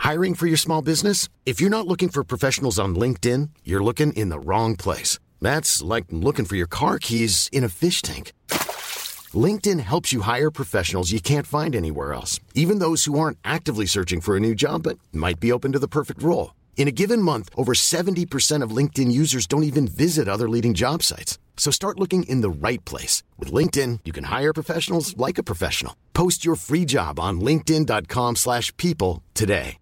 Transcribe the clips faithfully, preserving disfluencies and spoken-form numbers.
Hiring for your small business? If you're not looking for professionals on LinkedIn, you're looking in the wrong place. That's like looking for your car keys in a fish tank. LinkedIn helps you hire professionals you can't find anywhere else, even those who aren't actively searching for a new job but might be open to the perfect role. In a given month, over seventy percent of LinkedIn users don't even visit other leading job sites. So start looking in the right place. With LinkedIn, you can hire professionals like a professional. Post your free job on linkedin.com slash people today.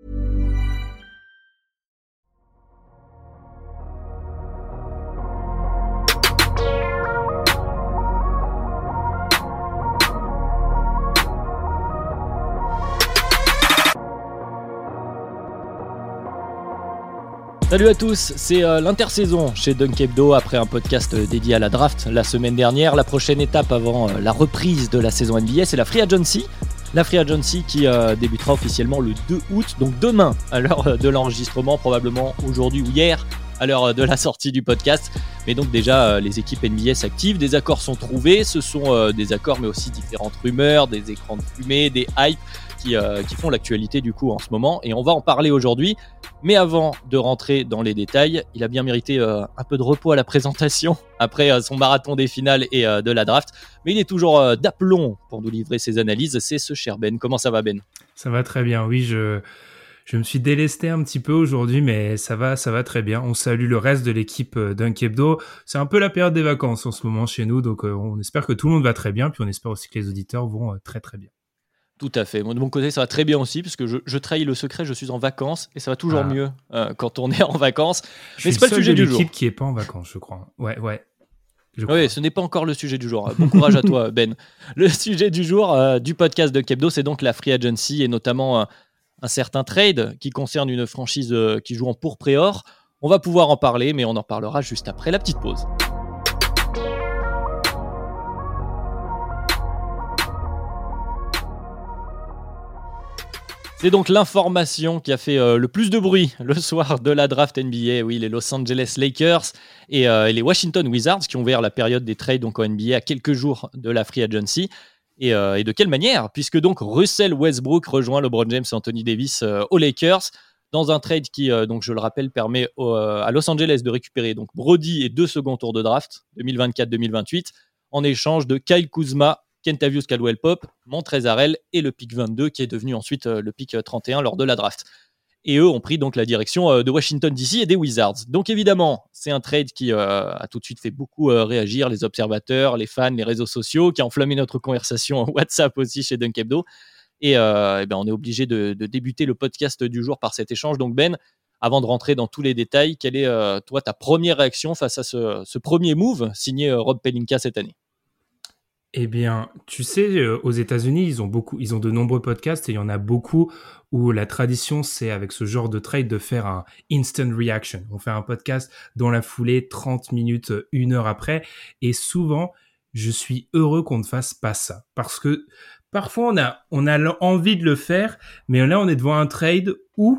Salut à tous, c'est euh, l'intersaison chez Dunk Hebdo après un podcast euh, dédié à la draft la semaine dernière. La prochaine étape avant euh, la reprise de la saison N B A, c'est la Free Agency. La Free Agency qui euh, débutera officiellement le deux août, donc demain à l'heure euh, de l'enregistrement, probablement aujourd'hui ou hier à l'heure euh, de la sortie du podcast. Mais donc déjà euh, les équipes N B A s'activent, des accords sont trouvés, ce sont euh, des accords mais aussi différentes rumeurs, des écrans de fumée, des hypes qui, euh, qui font l'actualité du coup en ce moment et on va en parler aujourd'hui. Mais avant de rentrer dans les détails, il a bien mérité euh, un peu de repos à la présentation après euh, son marathon des finales et euh, de la draft. Mais il est toujours euh, d'aplomb pour nous livrer ses analyses, c'est ce cher Ben. Comment ça va Ben ? Ça va très bien, oui, je, je me suis délesté un petit peu aujourd'hui, mais ça va, ça va très bien. On salue le reste de l'équipe Dunk Hebdo. C'est un peu la période des vacances en ce moment chez nous, donc euh, on espère que tout le monde va très bien, puis on espère aussi que les auditeurs vont euh, très très bien. Tout à fait. Moi, de mon côté, ça va très bien aussi, parce que je, je trahis le secret, je suis en vacances, et ça va toujours ah. mieux euh, quand on est en vacances. Je Mais c'est pas le sujet du jour. Je suis l'équipe qui est pas en vacances, je crois. Ouais, ouais. Oui, ce n'est pas encore le sujet du jour. Bon courage à toi, Ben. Le sujet du jour euh, du podcast de Kebdo, c'est donc la Free Agency, et notamment euh, un certain trade qui concerne une franchise euh, qui joue en pourpre et or. On va pouvoir en parler, mais on en parlera juste après la petite pause. C'est donc l'information qui a fait euh, le plus de bruit le soir de la draft N B A. Oui, les Los Angeles Lakers et, euh, et les Washington Wizards qui ont ouvert la période des trades donc, en N B A à quelques jours de la Free Agency. Et, euh, et de quelle manière ? Puisque donc Russell Westbrook rejoint LeBron James et Anthony Davis euh, aux Lakers dans un trade qui, euh, donc, je le rappelle, permet au, euh, à Los Angeles de récupérer donc, Brody et deux seconds tours de draft deux mille vingt-quatre deux mille vingt-huit en échange de Kyle Kuzma, Kentavious Caldwell-Pope, Montrezl Harrell et le pick vingt-deux qui est devenu ensuite euh, le pick trente et un lors de la draft. Et eux ont pris donc la direction euh, de Washington D C et des Wizards. Donc évidemment, c'est un trade qui euh, a tout de suite fait beaucoup euh, réagir les observateurs, les fans, les réseaux sociaux, qui a enflammé notre conversation WhatsApp aussi chez Dunk Hebdo. Et, euh, et ben, on est obligé de, de débuter le podcast du jour par cet échange. Donc Ben, avant de rentrer dans tous les détails, quelle est euh, toi ta première réaction face à ce, ce premier move signé euh, Rob Pelinka cette année ? Eh bien, tu sais, euh, aux États-Unis, ils ont beaucoup, ils ont de nombreux podcasts et il y en a beaucoup où la tradition, c'est avec ce genre de trade de faire un instant reaction. On fait un podcast dans la foulée, trente minutes, une heure après. Et souvent, je suis heureux qu'on ne fasse pas ça. Parce que parfois, on a, on a envie de le faire, mais là, on est devant un trade où,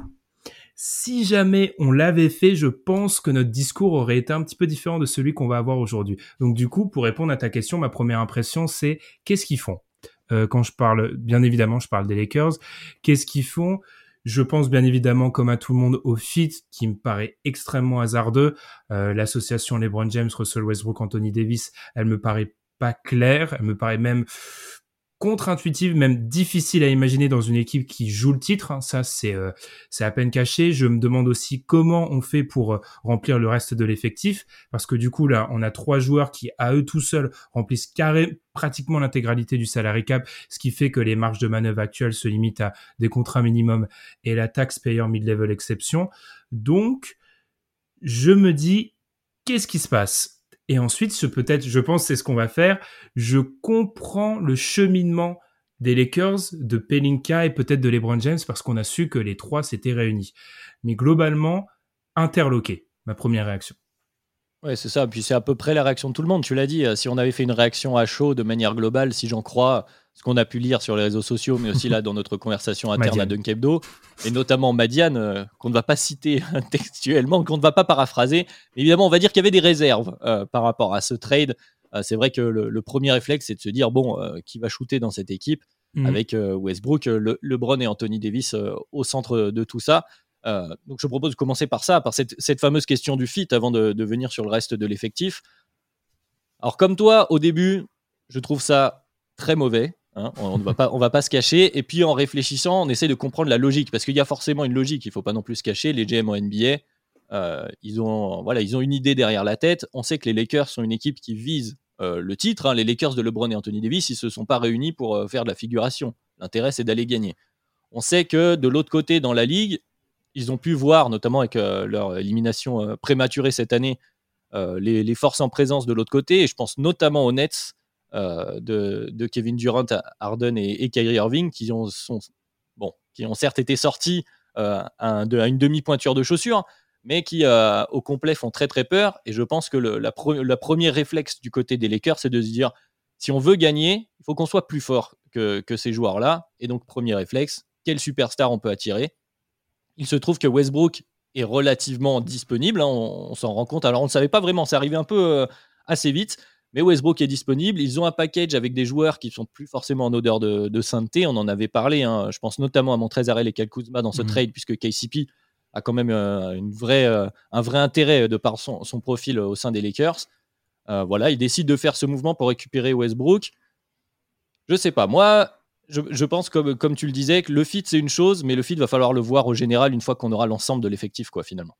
si jamais on l'avait fait, je pense que notre discours aurait été un petit peu différent de celui qu'on va avoir aujourd'hui. Donc du coup, pour répondre à ta question, ma première impression, c'est qu'est-ce qu'ils font ? euh, Quand je parle, bien évidemment, je parle des Lakers. Qu'est-ce qu'ils font ? Je pense bien évidemment, comme à tout le monde, au fit, qui me paraît extrêmement hasardeux. Euh, l'association LeBron James, Russell Westbrook, Anthony Davis, elle me paraît pas claire. Elle me paraît même contre-intuitive, même difficile à imaginer dans une équipe qui joue le titre. Hein. Ça, c'est euh, c'est à peine caché. Je me demande aussi comment on fait pour euh, remplir le reste de l'effectif, parce que du coup, là, on a trois joueurs qui, à eux tout seuls, remplissent carré, pratiquement l'intégralité du salary cap, ce qui fait que les marges de manœuvre actuelles se limitent à des contrats minimum et la taxpayer mid-level exception. Donc, je me dis, qu'est-ce qui se passe ? Et ensuite, je, peut-être, je pense, c'est ce qu'on va faire. Je comprends le cheminement des Lakers, de Pelinka et peut-être de LeBron James parce qu'on a su que les trois s'étaient réunis. Mais globalement, interloqué, ma première réaction. Ouais, c'est ça. Puis c'est à peu près la réaction de tout le monde. Tu l'as dit, si on avait fait une réaction à chaud de manière globale, si j'en crois ce qu'on a pu lire sur les réseaux sociaux, mais aussi là dans notre conversation interne à Dunk Hebdo, et notamment Madiane, euh, qu'on ne va pas citer textuellement, qu'on ne va pas paraphraser. Mais évidemment, on va dire qu'il y avait des réserves euh, par rapport à ce trade. Euh, c'est vrai que le, le premier réflexe, c'est de se dire, bon, euh, qui va shooter dans cette équipe ? mmh. avec euh, Westbrook, le, LeBron et Anthony Davis euh, au centre de tout ça. Euh, donc je propose de commencer par ça, par cette, cette fameuse question du fit avant de, de venir sur le reste de l'effectif. Alors comme toi, au début, je trouve ça très mauvais. Hein, on ne va pas, on va pas se cacher. Et puis en réfléchissant, on essaie de comprendre la logique, parce qu'il y a forcément une logique. Il ne faut pas non plus se cacher. Les G M en N B A, euh, ils ont, voilà, ils ont une idée derrière la tête. On sait que les Lakers sont une équipe qui vise euh, le titre. Hein. Les Lakers de LeBron et Anthony Davis, ils se sont pas réunis pour euh, faire de la figuration. L'intérêt, c'est d'aller gagner. On sait que de l'autre côté, dans la ligue, ils ont pu voir, notamment avec euh, leur élimination euh, prématurée cette année, euh, les, les forces en présence de l'autre côté. Et je pense notamment aux Nets euh, de, de Kevin Durant, Harden et, et Kyrie Irving, qui ont, sont, bon, qui ont certes été sortis euh, à, de, à une demi-pointure de chaussures, mais qui, euh, au complet, font très très peur. Et je pense que le la, pre- la premier réflexe du côté des Lakers, c'est de se dire, si on veut gagner, il faut qu'on soit plus fort que, que ces joueurs-là. Et donc, premier réflexe, quel superstar on peut attirer ? Il se trouve que Westbrook est relativement disponible, hein, on, on s'en rend compte. Alors, on ne savait pas vraiment, c'est arrivé un peu euh, assez vite, mais Westbrook est disponible. Ils ont un package avec des joueurs qui ne sont plus forcément en odeur de, de sainteté. On en avait parlé, hein. Je pense notamment à Montrezl Harrell et Kyle Kuzma dans ce mmh. trade, puisque K C P a quand même euh, une vraie, euh, un vrai intérêt de par son, son profil au sein des Lakers. Euh, voilà, ils décident de faire ce mouvement pour récupérer Westbrook. Je ne sais pas, moi... Je, je pense, comme, comme tu le disais, que le fit, c'est une chose, mais le fit, va falloir le voir au général une fois qu'on aura l'ensemble de l'effectif, quoi, finalement.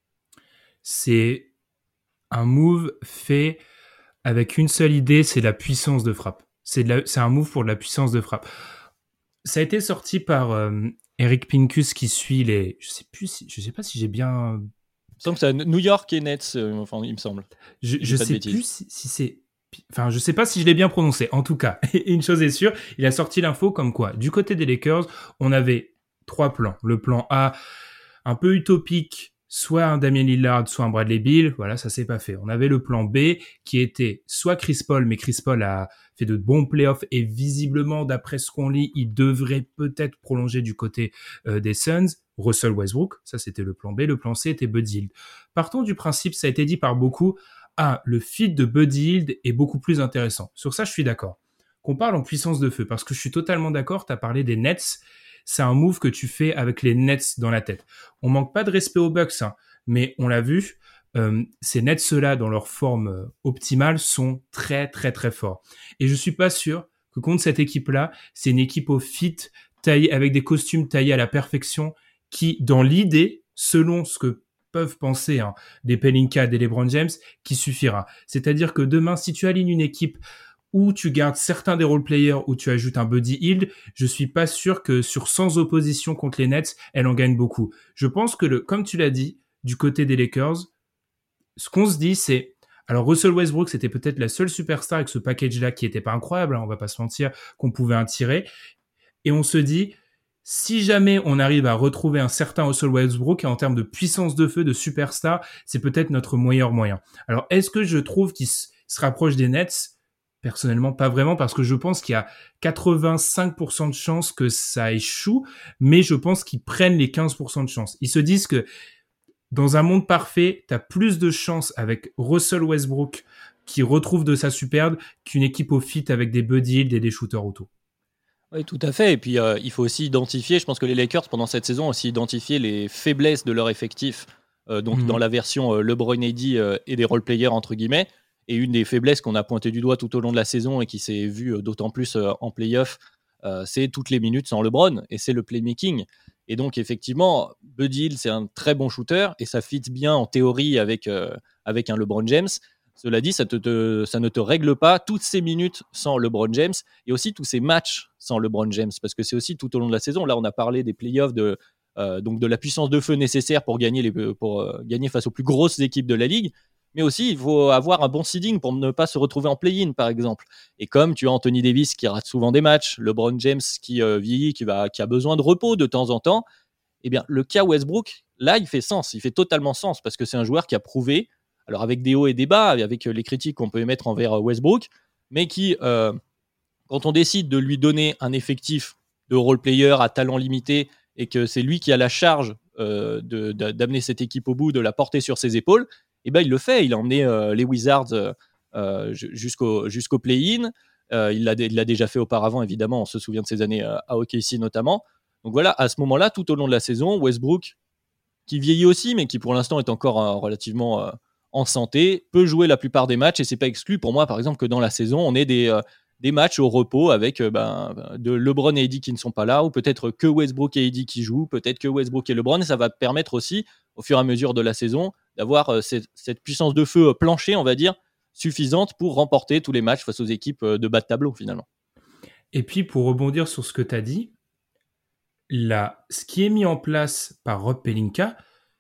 C'est un move fait avec une seule idée, c'est la puissance de frappe. C'est, de la, c'est un move pour de la puissance de frappe. Ça a été sorti par euh, Eric Pincus qui suit les... Je sais plus si, je sais pas si j'ai bien... Il me semble que c'est New York et Nets, euh, enfin, il me semble. Je, je sais plus si, si c'est... Enfin, je sais pas si je l'ai bien prononcé. En tout cas, une chose est sûre, il a sorti l'info comme quoi, du côté des Lakers, on avait trois plans. Le plan A, un peu utopique, soit un Damian Lillard, soit un Bradley Beal. Voilà, ça s'est pas fait. On avait le plan B, qui était soit Chris Paul, mais Chris Paul a fait de bons playoffs et visiblement, d'après ce qu'on lit, il devrait peut-être prolonger du côté euh, des Suns. Russell Westbrook, ça c'était le plan B. Le plan C était Buddy Hield. Partons du principe, ça a été dit par beaucoup, ah, le fit de Buddy Hield est beaucoup plus intéressant. Sur ça, je suis d'accord. Qu'on parle en puissance de feu, parce que je suis totalement d'accord, tu as parlé des Nets, c'est un move que tu fais avec les Nets dans la tête. On manque pas de respect aux Bucks, hein, mais on l'a vu, euh, ces Nets-là, dans leur forme euh, optimale, sont très, très, très forts. Et je suis pas sûr que contre cette équipe-là, c'est une équipe au fit, taillée, avec des costumes taillés à la perfection, qui, dans l'idée, selon ce que peuvent penser hein, des Pelinka, des LeBron James, qui suffira. C'est-à-dire que demain, si tu alignes une équipe où tu gardes certains des role-players, où tu ajoutes un Buddy Hield, je suis pas sûr que sur sans opposition contre les Nets, elle en gagne beaucoup. Je pense que, le, comme tu l'as dit, du côté des Lakers, ce qu'on se dit, c'est... Alors Russell Westbrook, c'était peut-être la seule superstar avec ce package-là qui était pas incroyable, hein, on va pas se mentir, qu'on pouvait en tirer. Et on se dit... Si jamais on arrive à retrouver un certain Russell Westbrook en termes de puissance de feu, de superstar, c'est peut-être notre meilleur moyen. Alors, est-ce que je trouve qu'il s- se rapproche des Nets ? Personnellement, pas vraiment, parce que je pense qu'il y a quatre-vingt-cinq pour cent de chances que ça échoue, mais je pense qu'ils prennent les quinze pour cent de chances. Ils se disent que dans un monde parfait, tu as plus de chances avec Russell Westbrook qui retrouve de sa superbe qu'une équipe au fit avec des Buddy Hield et des shooters auto. Oui, tout à fait. Et puis, euh, il faut aussi identifier, je pense que les Lakers, pendant cette saison, ont aussi identifié les faiblesses de leur effectif, euh, donc mmh. dans la version euh, LeBron A D euh, et des role-players, entre guillemets. Et une des faiblesses qu'on a pointé du doigt tout au long de la saison et qui s'est vue euh, d'autant plus euh, en play-off, euh, c'est toutes les minutes sans LeBron, et c'est le playmaking. Et donc, effectivement, Buddy Hield, c'est un très bon shooter, et ça fit bien en théorie avec, euh, avec un LeBron James. Cela dit, ça, te, te, ça ne te règle pas toutes ces minutes sans LeBron James et aussi tous ces matchs sans LeBron James, parce que c'est aussi tout au long de la saison. Là, on a parlé des playoffs, de, euh, donc de la puissance de feu nécessaire pour gagner, les, pour, euh, gagner face aux plus grosses équipes de la ligue. Mais aussi, il faut avoir un bon seeding pour ne pas se retrouver en play-in, par exemple. Et comme tu as Anthony Davis qui rate souvent des matchs, LeBron James qui euh, vieillit, qui, va, qui a besoin de repos de temps en temps, eh bien, le cas Westbrook, là, il fait sens. Il fait totalement sens, parce que c'est un joueur qui a prouvé, alors avec des hauts et des bas, avec les critiques qu'on peut émettre envers Westbrook, mais qui, euh, quand on décide de lui donner un effectif de role-player à talent limité et que c'est lui qui a la charge euh, de, de, d'amener cette équipe au bout, de la porter sur ses épaules, eh ben, il le fait. Il a emmené euh, les Wizards euh, jusqu'au, jusqu'au play-in. Euh, il, l'a, il l'a déjà fait auparavant, évidemment. On se souvient de ses années euh, à O K C notamment. Donc voilà, à ce moment-là, tout au long de la saison, Westbrook, qui vieillit aussi, mais qui pour l'instant est encore euh, relativement euh, en santé, peut jouer la plupart des matchs. Et c'est pas exclu pour moi, par exemple, que dans la saison, on ait des, euh, des matchs au repos avec euh, ben, de LeBron et A D qui ne sont pas là, ou peut-être que Westbrook et A D qui jouent, peut-être que Westbrook et LeBron. Et ça va permettre aussi, au fur et à mesure de la saison, d'avoir euh, cette, cette puissance de feu euh, plancher, on va dire, suffisante pour remporter tous les matchs face aux équipes euh, de bas de tableau, finalement. Et puis, pour rebondir sur ce que tu as dit, là, ce qui est mis en place par Rob Pelinka,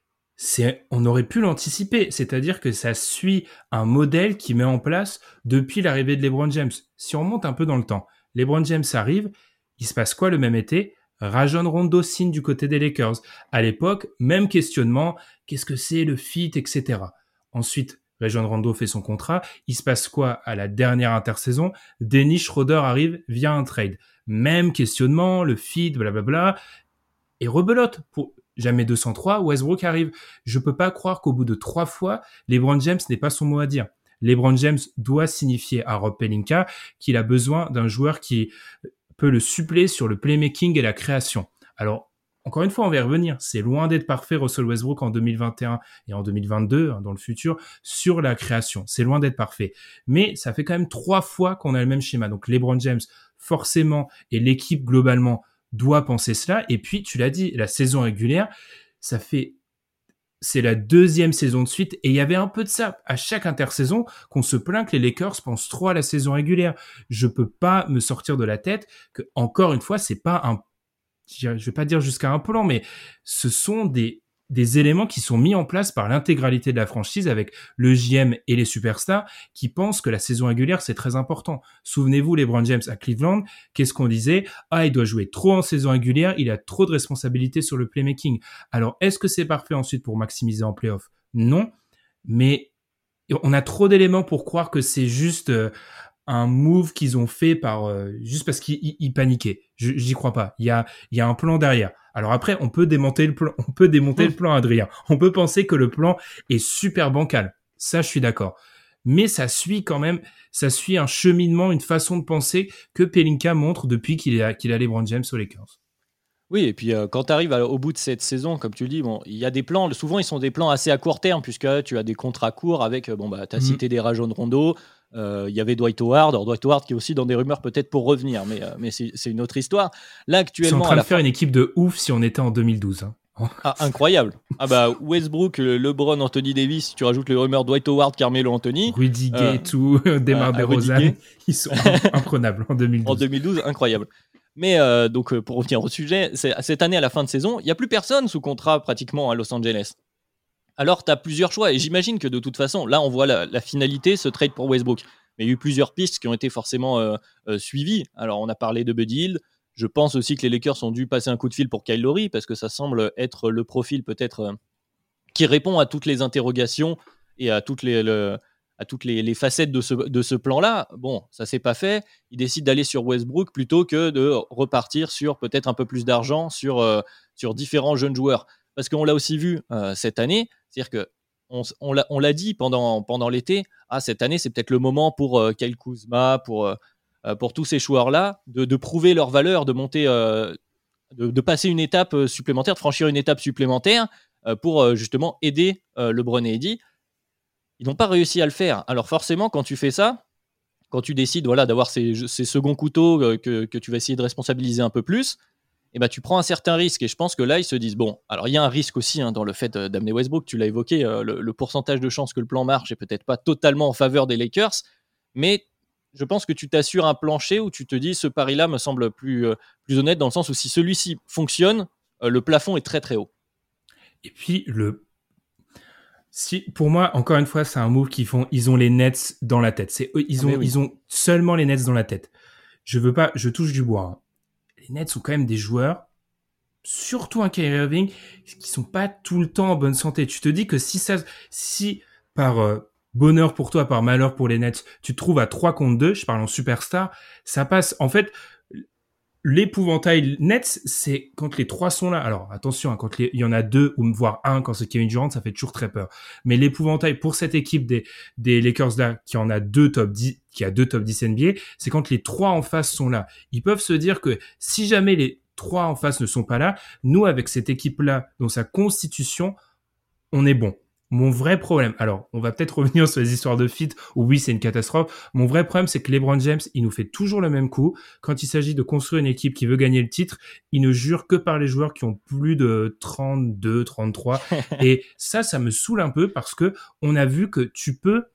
c'est, on aurait pu l'anticiper. C'est-à-dire que ça suit un modèle qui met en place depuis l'arrivée de LeBron James. Si on remonte un peu dans le temps, LeBron James arrive, il se passe quoi le même été ? Rajon Rondo signe du côté des Lakers. À l'époque, même questionnement, qu'est-ce que c'est le fit, et cetera. Ensuite, Rajon Rondo fait son contrat. Il se passe quoi à la dernière intersaison ? Dennis Schroeder arrive via un trade. Même questionnement, le fit, blablabla. Et rebelote. Pour jamais deux cent trois, Westbrook arrive. Je peux pas croire qu'au bout de trois fois, LeBron James n'ait pas son mot à dire. LeBron James doit signifier à Rob Pelinka qu'il a besoin d'un joueur qui peut le suppléer sur le playmaking et la création. Alors, encore une fois, on va y revenir. C'est loin d'être parfait, Russell Westbrook, en deux mille vingt et un et en deux mille vingt-deux, hein, dans le futur, sur la création. C'est loin d'être parfait. Mais ça fait quand même trois fois qu'on a le même schéma. Donc, LeBron James, forcément, et l'équipe, globalement, doit penser cela. Et puis, tu l'as dit, la saison régulière, ça fait... c'est la deuxième saison de suite. Et il y avait un peu de ça à chaque intersaison qu'on se plaint que les Lakers pensent trop à la saison régulière. Je peux pas me sortir de la tête que, encore une fois, c'est pas un... je vais pas dire jusqu'à un plan, mais ce sont des, des éléments qui sont mis en place par l'intégralité de la franchise avec le G M et les superstars qui pensent que la saison régulière, c'est très important. Souvenez-vous, LeBron James à Cleveland, qu'est-ce qu'on disait ? Ah, il doit jouer trop en saison régulière, il a trop de responsabilités sur le playmaking. Alors, est-ce que c'est parfait ensuite pour maximiser en playoff ? Non, mais on a trop d'éléments pour croire que c'est juste... Euh, un move qu'ils ont fait par euh, juste parce qu'ils ils, ils paniquaient. Je, j'y crois pas. Il y a il y a un plan derrière. Alors après, on peut démonter le plan. On peut démonter mmh. le plan, Adrien. On peut penser que le plan est super bancal. Ça, je suis d'accord. Mais ça suit quand même. Ça suit un cheminement, une façon de penser que Pelinka montre depuis qu'il a qu'il a LeBron James aux Lakers. Oui, et puis euh, quand tu arrives au bout de cette saison, comme tu le dis, bon, il y a des plans, souvent ils sont des plans assez à court terme, puisque tu as des contrats courts avec, bon, bah, tu as mmh. cité des Rajon Rondo, il euh, y avait Dwight Howard, alors Dwight Howard qui est aussi dans des rumeurs peut-être pour revenir, mais, euh, mais c'est, c'est une autre histoire. Là, actuellement, ils sont en train de faire fin... une équipe de ouf si on était en deux mille douze. Hein. Ah, incroyable. Ah bah Westbrook, LeBron, Anthony Davis, si tu rajoutes les rumeurs Dwight Howard, Carmelo Anthony. Rudy Gay, euh, tout, Demar euh, DeRozan, ils sont imprenables en deux mille douze. En deux mille douze, incroyable. Mais euh, donc euh, pour revenir au sujet, c'est, cette année à la fin de saison, il n'y a plus personne sous contrat pratiquement à Los Angeles. Alors tu as plusieurs choix et j'imagine que de toute façon, là on voit la, la finalité, ce trade pour Westbrook. Mais il y a eu plusieurs pistes qui ont été forcément euh, euh, suivies. Alors on a parlé de Buddy Hield. Je pense aussi que les Lakers ont dû passer un coup de fil pour Kyle Lowry parce que ça semble être le profil peut-être euh, qui répond à toutes les interrogations et à toutes les... Le, à toutes les, les facettes de ce, de ce plan-là. Bon, ça s'est pas fait. Il décide d'aller sur Westbrook plutôt que de repartir sur peut-être un peu plus d'argent sur, euh, sur différents jeunes joueurs. Parce qu'on l'a aussi vu euh, cette année, c'est-à-dire que on, on, l'a, on l'a dit pendant, pendant l'été, ah, cette année, c'est peut-être le moment pour euh, Kyle Kuzma, pour, euh, pour tous ces joueurs-là, de, de prouver leur valeur, de monter, euh, de, de passer une étape supplémentaire, de franchir une étape supplémentaire euh, pour euh, justement aider euh, LeBron et A D. Ils n'ont pas réussi à le faire. Alors forcément, quand tu fais ça, quand tu décides voilà, d'avoir ces, ces seconds couteaux que, que tu vas essayer de responsabiliser un peu plus, eh ben, tu prends un certain risque. Et je pense que là, ils se disent, bon, alors il y a un risque aussi hein, dans le fait d'amener Westbrook. Tu l'as évoqué, euh, le, le pourcentage de chances que le plan marche n'est peut-être pas totalement en faveur des Lakers, mais je pense que tu t'assures un plancher où tu te dis, ce pari-là me semble plus, euh, plus honnête dans le sens où si celui-ci fonctionne, euh, le plafond est très très haut. Et puis, le Si, pour moi, encore une fois, c'est un move qu'ils font. Ils ont les Nets dans la tête. C'est eux, ils ont, ah oui. ils ont seulement les Nets dans la tête. Je veux pas, je touche du bois. Hein. Les Nets sont quand même des joueurs, surtout un Kyrie Irving, qui sont pas tout le temps en bonne santé. Tu te dis que si ça, si par euh, bonheur pour toi, par malheur pour les Nets, tu te trouves à trois contre deux, je parle en superstar, ça passe. En fait, l'épouvantail net, c'est quand les trois sont là. Alors attention, hein, quand il y en a deux ou voire un, quand c'est Kevin Durant, ça fait toujours très peur. Mais l'épouvantail pour cette équipe des, des Lakers là, qui en a deux top dix, qui a deux top dix N B A, c'est quand les trois en face sont là. Ils peuvent se dire que si jamais les trois en face ne sont pas là, nous avec cette équipe là, dans sa constitution, on est bon. Mon vrai problème, alors on va peut-être revenir sur les histoires de fit où oui c'est une catastrophe, mon vrai problème c'est que LeBron James il nous fait toujours le même coup, quand il s'agit de construire une équipe qui veut gagner le titre, il ne jure que par les joueurs qui ont plus de trente-deux, trente-trois et ça ça me saoule un peu parce que on a vu que tu peux,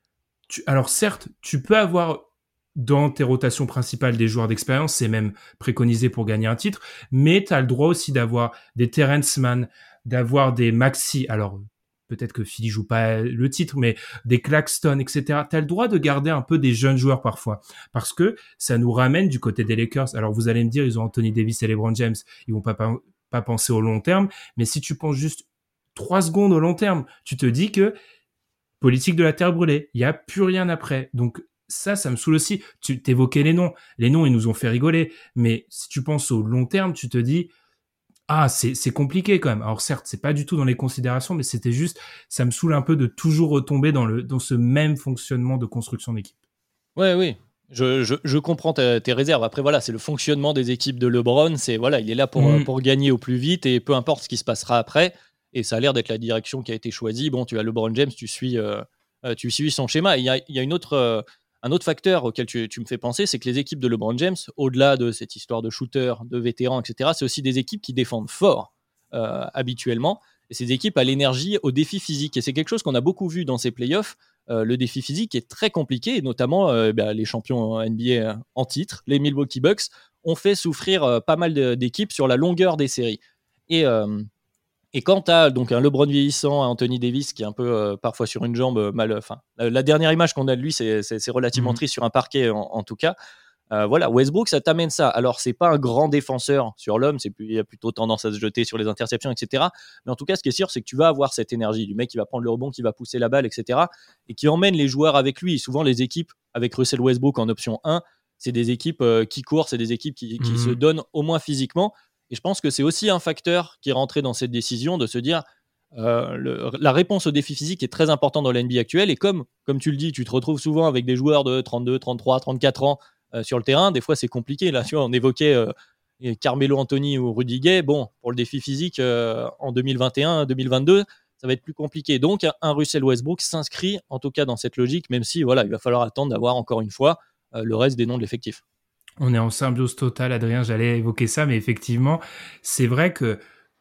tu, alors certes tu peux avoir dans tes rotations principales des joueurs d'expérience, c'est même préconisé pour gagner un titre, mais tu as le droit aussi d'avoir des Terrence Mann, d'avoir des Maxi, alors peut-être que Philly joue pas le titre, mais des Claxton, et cetera. T'as le droit de garder un peu des jeunes joueurs parfois, parce que ça nous ramène du côté des Lakers. Alors vous allez me dire, ils ont Anthony Davis et LeBron James, ils vont pas, pas, pas penser au long terme, mais si tu penses juste trois secondes au long terme, tu te dis que politique de la terre brûlée, il y a plus rien après. Donc ça, ça me saoule aussi. Tu t'évoquais les noms, les noms ils nous ont fait rigoler, mais si tu penses au long terme, tu te dis ah, c'est, c'est compliqué quand même. Alors certes, c'est pas du tout dans les considérations, mais c'était juste, ça me saoule un peu de toujours retomber dans le, dans ce même fonctionnement de construction d'équipe. Ouais, oui. Je, je, je comprends tes, tes réserves. Après, voilà, c'est le fonctionnement des équipes de LeBron. C'est, voilà, il est là pour, mmh. pour gagner au plus vite et peu importe ce qui se passera après. Et ça a l'air d'être la direction qui a été choisie. Bon, tu as LeBron James, tu suis, euh, tu suis son schéma. Il y a, il y a une autre, euh, un autre facteur auquel tu, tu me fais penser, c'est que les équipes de LeBron James, au-delà de cette histoire de shooter, de vétérans, et cetera, c'est aussi des équipes qui défendent fort euh, habituellement. Et ces équipes à l'énergie, au défi physique. Et c'est quelque chose qu'on a beaucoup vu dans ces playoffs. Euh, le défi physique est très compliqué, et notamment euh, bah, les champions N B A en titre, les Milwaukee Bucks, ont fait souffrir euh, pas mal de, d'équipes sur la longueur des séries. Et, euh, et quand tu as donc un LeBron vieillissant, un Anthony Davis qui est un peu euh, parfois sur une jambe mal. Enfin, la, la dernière image qu'on a de lui, c'est, c'est, c'est relativement mmh. triste sur un parquet en, en tout cas. Euh, voilà, Westbrook, ça t'amène ça. Alors, c'est pas un grand défenseur sur l'homme, c'est plus, il a plutôt tendance à se jeter sur les interceptions, et cetera. Mais en tout cas, ce qui est sûr, c'est que tu vas avoir cette énergie du mec qui va prendre le rebond, qui va pousser la balle, et cetera. Et qui emmène les joueurs avec lui. Souvent, les équipes avec Russell Westbrook en option un, c'est des équipes euh, qui courent, c'est des équipes qui, qui mmh. se donnent au moins physiquement. Et je pense que c'est aussi un facteur qui est rentré dans cette décision de se dire euh, le, la réponse au défi physique est très importante dans la N B A actuelle. Et comme, comme tu le dis, tu te retrouves souvent avec des joueurs de trente-deux, trente-trois, trente-quatre ans Euh, sur le terrain, des fois c'est compliqué. Là, tu vois, on évoquait euh, Carmelo Anthony ou Rudy Gay. Bon, pour le défi physique euh, en deux mille vingt et un, deux mille vingt-deux, ça va être plus compliqué. Donc, un Russell Westbrook s'inscrit en tout cas dans cette logique, même si voilà, il va falloir attendre d'avoir encore une fois euh, le reste des noms de l'effectif. On est en symbiose totale, Adrien. J'allais évoquer ça, mais effectivement, c'est vrai que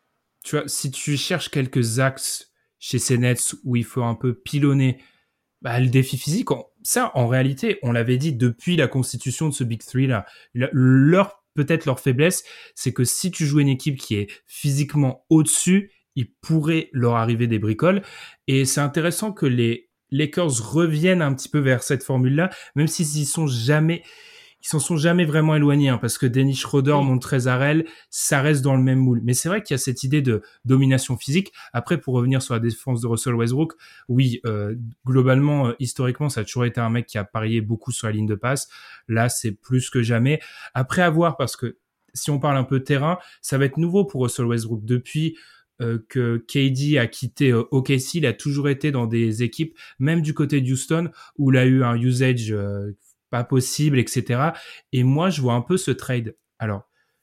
tu vois, si tu cherches quelques axes chez ces Nets où il faut un peu pilonner bah, le défi physique, on, ça, en réalité, on l'avait dit depuis la constitution de ce Big Three là. Le, leur, peut-être leur faiblesse, c'est que si tu joues une équipe qui est physiquement au-dessus, il pourrait leur arriver des bricoles. Et c'est intéressant que les Lakers reviennent un petit peu vers cette formule-là, même s'ils y sont jamais, ils s'en sont jamais vraiment éloignés, hein, parce que Dennis Schroeder, oui. Montrezl, ça reste dans le même moule. Mais c'est vrai qu'il y a cette idée de domination physique. Après, pour revenir sur la défense de Russell Westbrook, oui, euh, globalement, euh, historiquement, ça a toujours été un mec qui a parié beaucoup sur la ligne de passe. Là, c'est plus que jamais. Après, à voir, parce que si on parle un peu terrain, ça va être nouveau pour Russell Westbrook. Depuis euh, que K D a quitté euh, O K C, il a toujours été dans des équipes, même du côté de Houston, où il a eu un usage euh, pas possible, et cetera. Et moi, je vois un peu ce trade. Alors,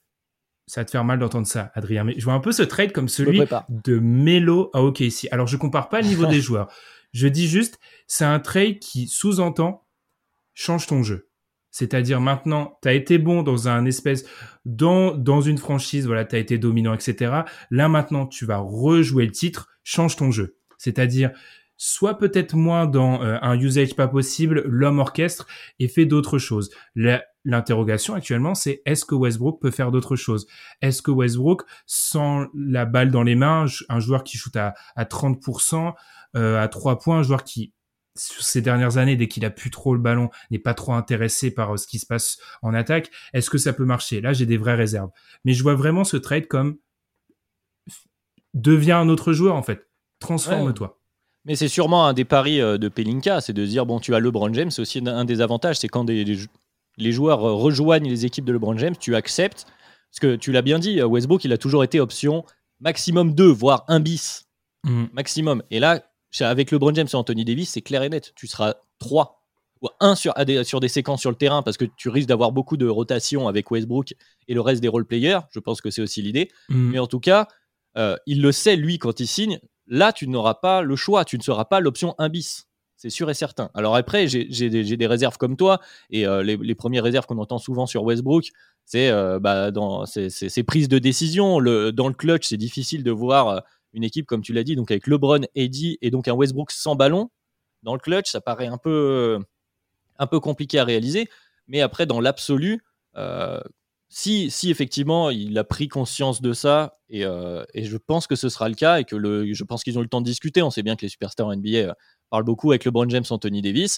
ça va te faire mal d'entendre ça, Adrien, mais je vois un peu ce trade comme celui de Melo à O K C. Alors, je compare pas le niveau des joueurs. Je dis juste, c'est un trade qui sous-entend change ton jeu. C'est-à-dire maintenant, t'as été bon dans un espèce, dans, dans une franchise, voilà, t'as été dominant, et cetera. Là, maintenant, tu vas rejouer le titre, change ton jeu. C'est-à-dire, soit peut-être moins dans euh, un usage pas possible, l'homme orchestre, et fait d'autres choses. La, l'interrogation actuellement, c'est est-ce que Westbrook peut faire d'autres choses? Est-ce que Westbrook, sans la balle dans les mains, un joueur qui shoot à, à trente pour cent, euh, à trois points, un joueur qui, sur ces dernières années, dès qu'il a plus trop le ballon, n'est pas trop intéressé par euh, ce qui se passe en attaque, est-ce que ça peut marcher? Là, j'ai des vraies réserves. Mais je vois vraiment ce trade comme deviens un autre joueur, en fait. Transforme-toi. Ouais. Mais c'est sûrement un des paris de Pelinka, c'est de se dire, bon, tu as LeBron James, c'est aussi un des avantages, c'est quand des, des, les joueurs rejoignent les équipes de LeBron James, tu acceptes. Parce que tu l'as bien dit, Westbrook, il a toujours été option maximum deux, voire un bis. Mmh. Maximum. Et là, avec LeBron James et Anthony Davis, c'est clair et net. Tu seras trois ou un sur, sur des séquences sur le terrain parce que tu risques d'avoir beaucoup de rotation avec Westbrook et le reste des role-players. Je pense que c'est aussi l'idée. Mmh. Mais en tout cas, euh, il le sait, lui, quand il signe. Là, tu n'auras pas le choix. Tu ne seras pas l'option un bis. C'est sûr et certain. Alors après, j'ai, j'ai, des, j'ai des réserves comme toi. Et euh, les, les premières réserves qu'on entend souvent sur Westbrook, c'est, euh, bah, dans, c'est, c'est, c'est prise de décision. Le, dans le clutch, c'est difficile de voir une équipe, comme tu l'as dit, donc avec LeBron, A D et donc un Westbrook sans ballon. Dans le clutch, ça paraît un peu, un peu compliqué à réaliser. Mais après, dans l'absolu, euh, si, si effectivement il a pris conscience de ça, et, euh, et je pense que ce sera le cas, et que le, je pense qu'ils ont eu le temps de discuter. On sait bien que les superstars N B A parlent beaucoup avec LeBron James, Anthony Davis.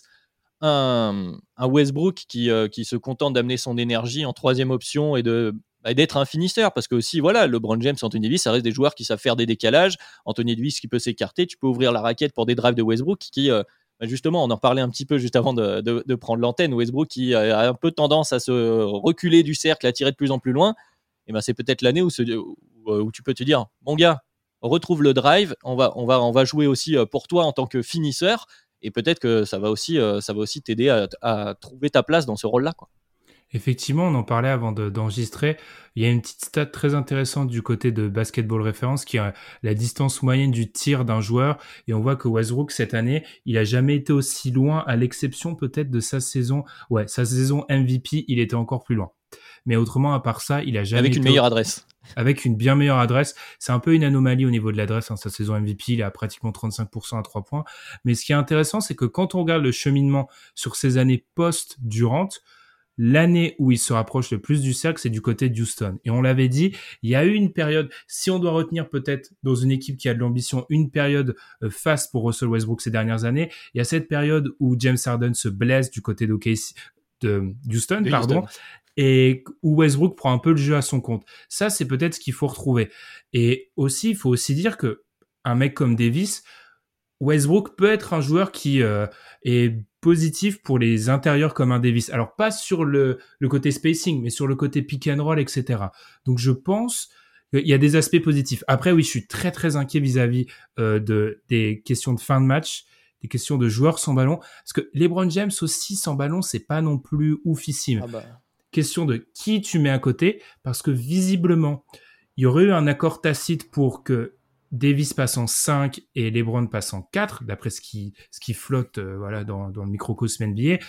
Un, un Westbrook qui, euh, qui se contente d'amener son énergie en troisième option et de, bah, d'être un finisseur, parce que aussi voilà, LeBron James, Anthony Davis, ça reste des joueurs qui savent faire des décalages. Anthony Davis qui peut s'écarter, tu peux ouvrir la raquette pour des drives de Westbrook qui, euh, bah, justement, on en parlait un petit peu juste avant de, de, de prendre l'antenne. Westbrook qui a un peu tendance à se reculer du cercle, à tirer de plus en plus loin. Et ben c'est peut-être l'année où, ce, où, où tu peux te dire, mon gars, retrouve le drive, on va, on va, on va jouer aussi pour toi en tant que finisseur. Et peut-être que ça va aussi, euh, ça va aussi t'aider à, à trouver ta place dans ce rôle-là, quoi. Effectivement, on en parlait avant de, d'enregistrer. Il y a une petite stat très intéressante du côté de Basketball Reference qui est la distance moyenne du tir d'un joueur. Et on voit que Westbrook, cette année, il a jamais été aussi loin, à l'exception peut-être de sa saison. Ouais, sa saison M V P, il était encore plus loin. Mais autrement, à part ça, il a jamais Avec été... une meilleure adresse. Avec une bien meilleure adresse. C'est un peu une anomalie au niveau de l'adresse. Hein. Sa saison M V P, il a pratiquement trente-cinq pour cent à trois points. Mais ce qui est intéressant, c'est que quand on regarde le cheminement sur ces années post-Durant, l'année où il se rapproche le plus du cercle, c'est du côté de Houston. Et on l'avait dit, il y a eu une période, si on doit retenir peut-être dans une équipe qui a de l'ambition, une période euh, face pour Russell Westbrook ces dernières années, il y a cette période où James Harden se blesse du côté d'O K C, de Houston, de pardon. Houston. Et où Westbrook prend un peu le jeu à son compte. Ça, c'est peut-être ce qu'il faut retrouver. Et aussi, il faut aussi dire que un mec comme Davis, Westbrook peut être un joueur qui euh, est positif pour les intérieurs comme un Davis. Alors, pas sur le, le côté spacing, mais sur le côté pick and roll, et cetera. Donc, je pense qu'il y a des aspects positifs. Après, oui, je suis très, très inquiet vis-à-vis euh, de, des questions de fin de match, des questions de joueurs sans ballon. Parce que LeBron James aussi, sans ballon, c'est pas non plus oufissime. Ah bah... Question de qui tu mets à côté, parce que visiblement, il y aurait eu un accord tacite pour que Davis passe en cinq et LeBron passe en quatre, d'après ce qui, ce qui flotte euh, voilà, dans, dans le microcosme N B A.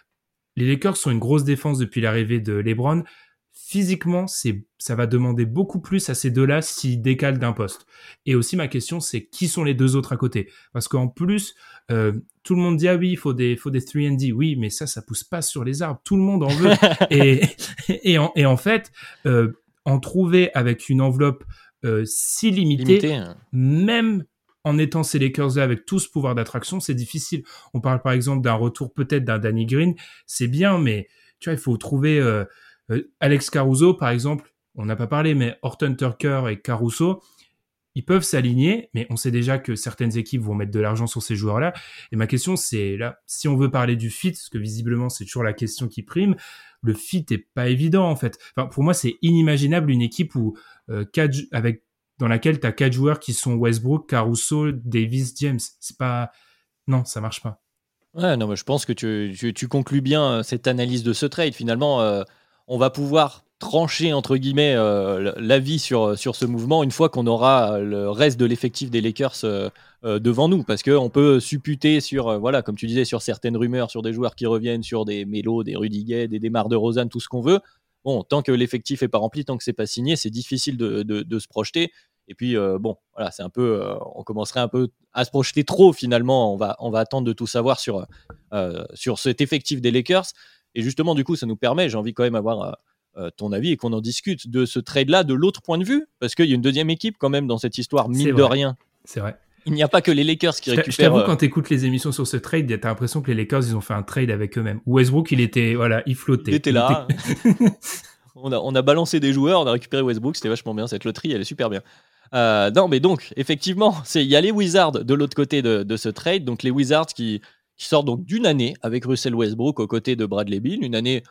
Les Lakers sont une grosse défense depuis l'arrivée de LeBron. Physiquement, c'est, ça va demander beaucoup plus à ces deux-là s'ils décalent d'un poste. Et aussi, ma question, c'est qui sont les deux autres à côté? Parce qu'en plus, euh, tout le monde dit, ah oui, il faut des, faut des trois and D. Oui, mais ça, ça pousse pas sur les arbres. Tout le monde en veut. et, et, en, et en fait, euh, en trouver avec une enveloppe euh, si limitée, Limité, hein. Même en étant ces Lakers-là avec tout ce pouvoir d'attraction, c'est difficile. On parle par exemple d'un retour peut-être d'un Danny Green. C'est bien, mais tu vois, il faut trouver... Euh, Euh, Alex Caruso, par exemple, on n'a pas parlé, mais Horton Tucker et Caruso, ils peuvent s'aligner, mais on sait déjà que certaines équipes vont mettre de l'argent sur ces joueurs-là. Et ma question, c'est là, si on veut parler du fit, parce que visiblement, c'est toujours la question qui prime, le fit est pas évident, en fait. Enfin, pour moi, c'est inimaginable une équipe où, euh, quatre, avec, dans laquelle tu as quatre joueurs qui sont Westbrook, Caruso, Davis, James. C'est pas, non, ça marche pas. Ouais, non, mais je pense que tu, tu, tu conclus bien cette analyse de ce trade. Finalement, euh, on va pouvoir trancher, entre guillemets, euh, l'avis sur, sur ce mouvement une fois qu'on aura le reste de l'effectif des Lakers euh, euh, devant nous. Parce qu'on peut supputer sur, euh, voilà, comme tu disais, sur certaines rumeurs, sur des joueurs qui reviennent, sur des Melo, des Rudy Gay, des DeMar DeRozan, tout ce qu'on veut. Bon, tant que l'effectif n'est pas rempli, tant que c'est pas signé, c'est difficile de, de, de se projeter. Et puis, euh, bon, voilà, c'est un peu... Euh, on commencerait un peu à se projeter trop, finalement. On va, on va attendre de tout savoir sur, euh, sur cet effectif des Lakers. Et justement, du coup, ça nous permet, j'ai envie quand même d'avoir euh, ton avis et qu'on en discute de ce trade-là de l'autre point de vue, parce qu'il y a une deuxième équipe quand même dans cette histoire, mine de rien. C'est vrai. Il n'y a pas que les Lakers qui je récupèrent... Je t'avoue, euh... quand tu écoutes les émissions sur ce trade, t'as l'impression que les Lakers, ils ont fait un trade avec eux-mêmes. Westbrook, il était, voilà, il flottait. Il était là. Il était... on, a, on a balancé des joueurs, on a récupéré Westbrook, c'était vachement bien, cette loterie, elle est super bien. Euh, non, mais donc, effectivement, il y a les Wizards de l'autre côté de, de ce trade, donc les Wizards qui... qui sort donc d'une année avec Russell Westbrook aux côtés de Bradley Beal, une année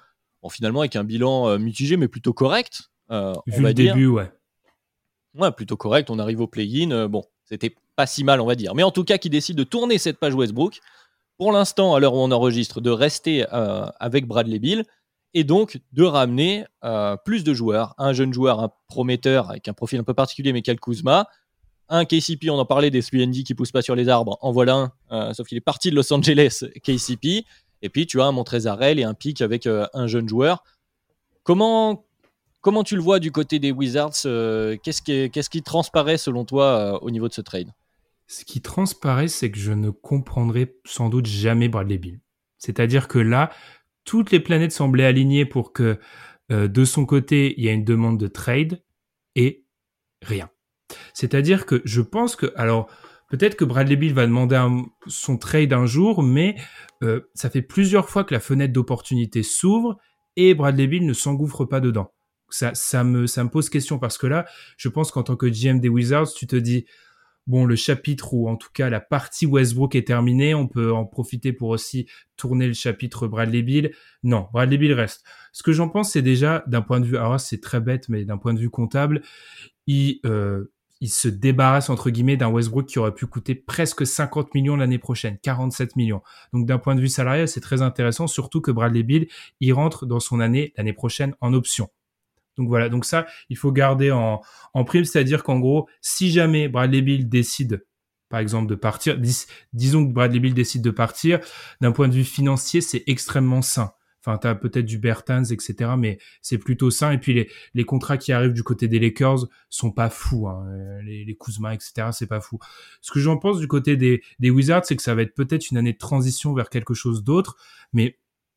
Bon, finalement, avec un bilan euh, mitigé, mais plutôt correct. Euh, Vu on va le dire. début, ouais. Ouais, plutôt correct. On arrive au play-in. Euh, bon, c'était pas si mal, on va dire. Mais en tout cas, qui décide de tourner cette page Westbrook. Pour l'instant, à l'heure où on enregistre, de rester euh, avec Bradley Beal et donc de ramener euh, plus de joueurs. Un jeune joueur, un prometteur avec un profil un peu particulier, mais Kyle Kuzma. Un K C P, on en parlait des trois and D qui poussent pas sur les arbres. En voilà un, euh, sauf qu'il est parti de Los Angeles, K C P. Et puis, tu as un Montrezl Harrell et un pick avec euh, un jeune joueur. Comment, comment tu le vois du côté des Wizards euh, qu'est-ce, qui, qu'est-ce qui transparaît selon toi euh, au niveau de ce trade ? Ce qui transparaît, c'est que je ne comprendrai sans doute jamais Bradley Beal. C'est-à-dire que là, toutes les planètes semblaient alignées pour que euh, de son côté, il y ait une demande de trade et rien. C'est-à-dire que je pense que... Alors, peut-être que Bradley Beal va demander un, son trade un jour, mais euh, ça fait plusieurs fois que la fenêtre d'opportunité s'ouvre et Bradley Beal ne s'engouffre pas dedans. Ça, ça, me, ça me pose question parce que là, je pense qu'en tant que G M des Wizards, tu te dis... Bon, le chapitre ou en tout cas la partie Westbrook est terminée, on peut en profiter pour aussi tourner le chapitre Bradley Beal. Non, Bradley Beal reste. Ce que j'en pense, c'est déjà d'un point de vue, alors c'est très bête, mais d'un point de vue comptable, il, euh, il se débarrasse entre guillemets d'un Westbrook qui aurait pu coûter presque cinquante millions l'année prochaine, quarante-sept millions. Donc d'un point de vue salarial, c'est très intéressant, surtout que Bradley Beal, il rentre dans son année l'année prochaine en option. Donc voilà, donc ça, il faut garder en, en prime, c'est-à-dire qu'en gros, si jamais Bradley Beal décide, par exemple, de partir, dis, disons que Bradley Beal décide de partir, d'un point de vue financier, c'est extrêmement sain. Enfin, t'as peut-être du Bertans, et cetera, mais c'est plutôt sain. Et puis les, les contrats qui arrivent du côté des Lakers sont pas fous, hein. Les, les Kuzma, et cetera, c'est pas fou. Ce que j'en pense du côté des, des Wizards, c'est que ça va être peut-être une année de transition vers quelque chose d'autre, mais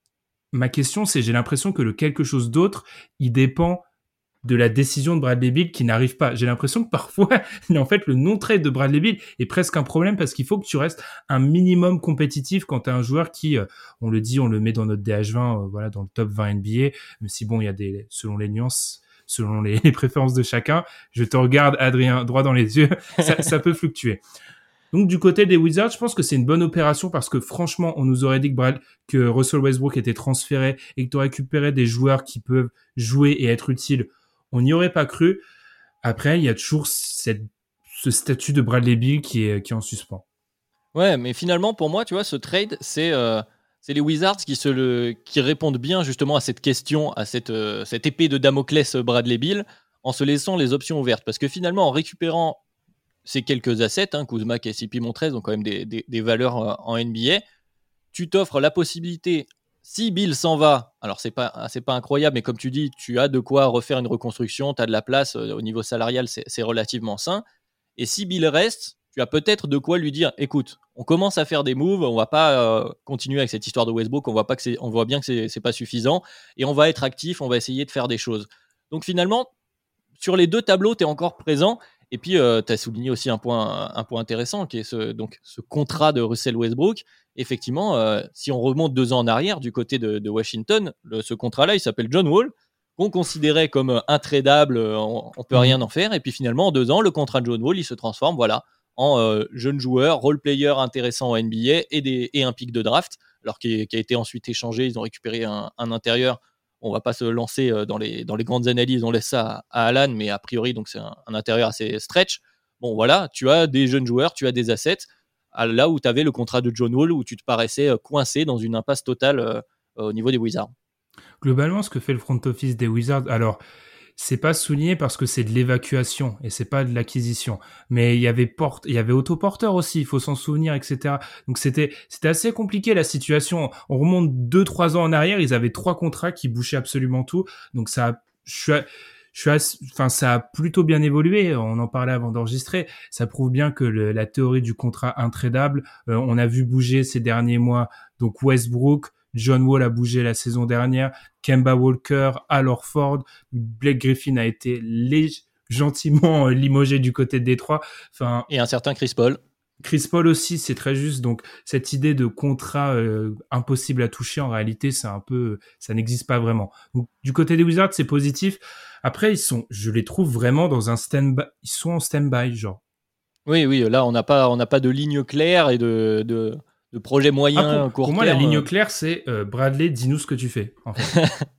ma question, c'est, j'ai l'impression que le quelque chose d'autre, il dépend de la décision de Bradley Beal qui n'arrive pas. J'ai l'impression que parfois, en fait, le non-trade de Bradley Beal est presque un problème parce qu'il faut que tu restes un minimum compétitif quand tu as un joueur qui, euh, on le dit, on le met dans notre D H vingt, euh, voilà, dans le top vingt N B A, même si bon, il y a des, selon les nuances, selon les, les préférences de chacun, je te regarde, Adrien, droit dans les yeux, ça, ça peut fluctuer. Donc du côté des Wizards, je pense que c'est une bonne opération parce que franchement, on nous aurait dit que, Brad, que Russell Westbrook était transféré et que tu récupérais des joueurs qui peuvent jouer et être utiles. On n'y aurait pas cru. Après, il y a toujours cette, ce statut de Bradley Beal qui est, qui est en suspens. Ouais, mais finalement, pour moi, tu vois, ce trade, c'est, euh, c'est les Wizards qui, se le, qui répondent bien justement à cette question, à cette, euh, cette épée de Damoclès Bradley Beal, en se laissant les options ouvertes. Parce que finalement, en récupérant ces quelques assets, hein, Kuzma, K C P, Montrezl ont quand même des, des, des valeurs euh, en N B A, tu t'offres la possibilité, si Beal s'en va, alors c'est pas, c'est pas incroyable, mais comme tu dis, tu as de quoi refaire une reconstruction, tu as de la place, euh, au niveau salarial, c'est, c'est relativement sain. Et si Beal reste, tu as peut-être de quoi lui dire, écoute, on commence à faire des moves, on va pas euh, continuer avec cette histoire de Westbrook, on voit, pas que c'est, on voit bien que c'est, c'est pas suffisant, et on va être actif, on va essayer de faire des choses. Donc finalement, sur les deux tableaux, tu es encore présent. Et puis, euh, tu as souligné aussi un point, un point intéressant, qui est ce, donc, ce contrat de Russell Westbrook. Effectivement, euh, si on remonte deux ans en arrière du côté de, de Washington, le, ce contrat-là, il s'appelle John Wall, qu'on considérait comme intradable, on ne peut rien en faire. Et puis finalement, en deux ans, le contrat de John Wall, il se transforme voilà, en euh, jeune joueur, role-player intéressant en N B A et, des, et un pick de draft, alors qui, qui a été ensuite échangé. Ils ont récupéré un, un intérieur. On va pas se lancer dans les, dans les grandes analyses, on laisse ça à, à Alan, mais a priori, donc c'est un, un intérieur assez stretch. Bon, voilà, tu as des jeunes joueurs, tu as des assets, là où tu avais le contrat de John Wall, où tu te paraissais coincé dans une impasse totale euh, au niveau des Wizards. Globalement, ce que fait le front office des Wizards, alors, c'est pas souligné parce que c'est de l'évacuation et c'est pas de l'acquisition. Mais il y avait porte, il y avait autoporteur aussi, il faut s'en souvenir, et cetera. Donc c'était, c'était assez compliqué la situation. On remonte deux, trois ans en arrière, ils avaient trois contrats qui bouchaient absolument tout. Donc ça, je suis, je suis, assez, enfin ça a plutôt bien évolué. On en parlait avant d'enregistrer. Ça prouve bien que le, la théorie du contrat intradable, euh, on a vu bouger ces derniers mois. Donc Westbrook, John Wall a bougé la saison dernière, Kemba Walker, Al Horford, Blake Griffin a été lég- gentiment limogé du côté de Détroit. Enfin, et un certain Chris Paul. Chris Paul aussi, c'est très juste. Donc cette idée de contrat euh, impossible à toucher, en réalité, c'est un peu, ça n'existe pas vraiment. Donc du côté des Wizards, c'est positif. Après, ils sont, je les trouve vraiment dans un stand-by. Ils sont en stand-by, genre. Oui, oui. Là, on n'a pas, on n'a pas de ligne claire et de. de... de projet moyen, ah, pour, court pour moi, terme. la ligne claire, c'est euh, Bradley, dis-nous ce que tu fais. En fait.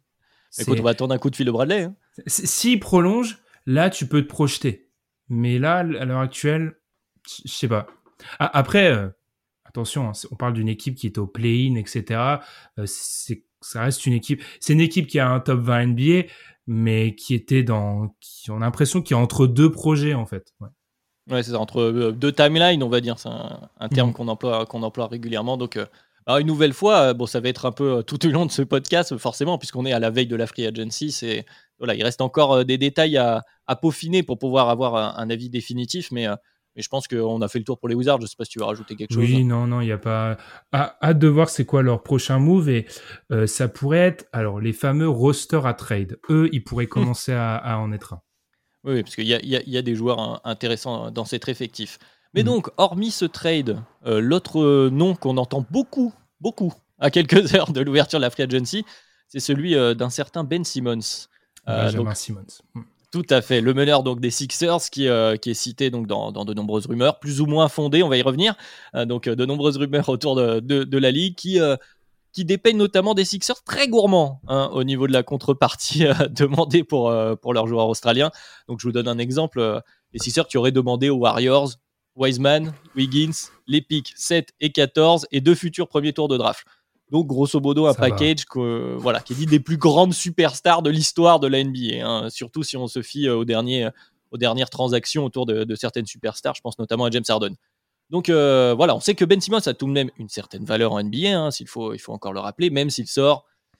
C'est... Écoute, on va attendre un coup de fil de Bradley. Hein. S'il prolonge, là, tu peux te projeter. Mais là, à l'heure actuelle, je sais pas. Ah, après, euh, attention, hein, on parle d'une équipe qui est au play-in, et cetera. Euh, c'est, ça reste une équipe. C'est une équipe qui a un top vingt N B A, mais qui était dans. Qui, on a l'impression qu'il y a entre deux projets, en fait. Ouais. Ouais, c'est ça, entre deux timelines, on va dire. C'est un, un terme Mmh. qu'on emploie, qu'on emploie régulièrement. Donc, euh, alors une nouvelle fois, euh, bon, ça va être un peu euh, tout au long de ce podcast, forcément, puisqu'on est à la veille de la free agency. C'est, voilà, il reste encore euh, des détails à, à peaufiner pour pouvoir avoir un, un avis définitif. Mais, euh, mais je pense qu'on a fait le tour pour les Wizards. Je ne sais pas si tu veux rajouter quelque chose. Oui, non, non, il n'y a pas. Ah, hâte de voir c'est quoi leur prochain move. Et euh, ça pourrait être, alors, les fameux rosters à trade. Eux, ils pourraient commencer à, à en être un. Oui, parce qu'il y a, il y a- il y a des joueurs hein, intéressants dans cet effectif. Mais Mhm. donc, hormis ce trade, euh, l'autre euh, nom qu'on entend beaucoup, beaucoup, à quelques heures de l'ouverture de la free agency, c'est celui euh, d'un certain Ben Simmons. Euh, Benjamin donc, Simmons. Mhm. tout à fait, le meneur donc des Sixers qui, euh, qui est cité donc dans, dans de nombreuses rumeurs, plus ou moins fondées, on va y revenir. Euh, donc, euh, de nombreuses rumeurs autour de, de, de la ligue qui, euh, qui dépeignent notamment des Sixers très gourmands hein, au niveau de la contrepartie euh, demandée pour, euh, pour leurs joueurs australiens. Donc je vous donne un exemple. Euh, les Sixers qui auraient demandé aux Warriors, Wiseman, Wiggins, les pics sept et quatorze et deux futurs premiers tours de draft. Donc grosso modo un Ça va. package que, voilà, qui est dit des plus grandes superstars de l'histoire de la N B A. Hein, surtout si on se fie aux, derniers, aux dernières transactions autour de, de certaines superstars. Je pense notamment à James Harden. Donc euh, voilà, on sait que Ben Simmons a tout de même une certaine valeur en N B A, hein, s'il faut, il faut encore le rappeler, même s'il sort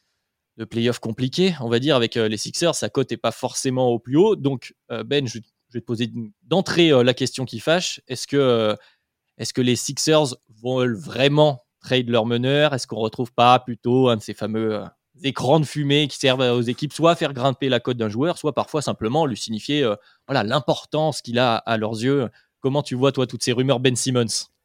de playoffs compliqués, on va dire, avec euh, les Sixers, sa cote n'est pas forcément au plus haut. Donc euh, Ben, je, je vais te poser d'entrée euh, la question qui fâche. Est-ce que, euh, est-ce que les Sixers vont vraiment trade leur meneur ? Est-ce qu'on ne retrouve pas plutôt un de ces fameux euh, écrans de fumée qui servent aux équipes soit à faire grimper la cote d'un joueur, soit parfois simplement lui signifier euh, voilà, l'importance qu'il a à leurs yeux ? Comment tu vois, toi, toutes ces rumeurs Ben Simmons ?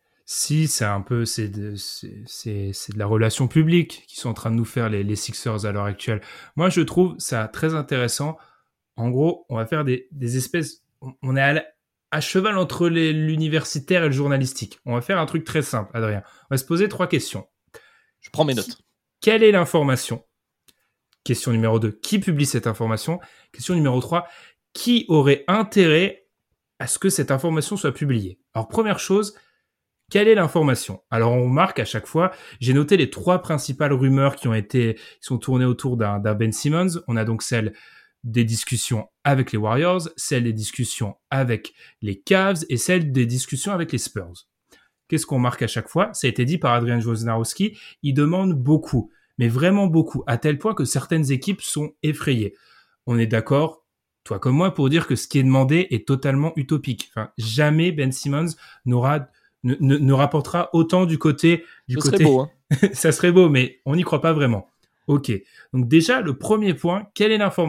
Si, c'est un peu, c'est de, c'est, c'est, c'est de la relation publique qui sont en train de nous faire les, les Sixers à l'heure actuelle. Moi, je trouve ça très intéressant. En gros, on va faire des, des espèces, on, on est à, la- à cheval entre les, l'universitaire et le journalistique. On va faire un truc très simple, Adrien. On va se poser trois questions. Je prends mes notes. Quelle est l'information ? Question numéro deux. Qui publie cette information ? Question numéro trois. Qui aurait intérêt à ce que cette information soit publiée ? Alors, première chose, quelle est l'information ? Alors, on marque à chaque fois, j'ai noté les trois principales rumeurs qui ont été, qui sont tournées autour d'un, d'un Ben Simmons. On a donc celle des discussions avec les Warriors, celle des discussions avec les Cavs et celle des discussions avec les Spurs. Qu'est-ce qu'on marque à chaque fois ? Ça a été dit par Adrian Wojnarowski, il demande beaucoup, mais vraiment beaucoup, à tel point que certaines équipes sont effrayées. On est d'accord, toi comme moi, pour dire que ce qui est demandé est totalement utopique. Enfin, jamais Ben Simmons n'aura, ne, ne, ne rapportera autant du côté... Du Ce côté... serait beau, hein. Ça serait beau, mais on n'y croit pas vraiment. Ok, donc déjà, le premier point, quelle est l'information ?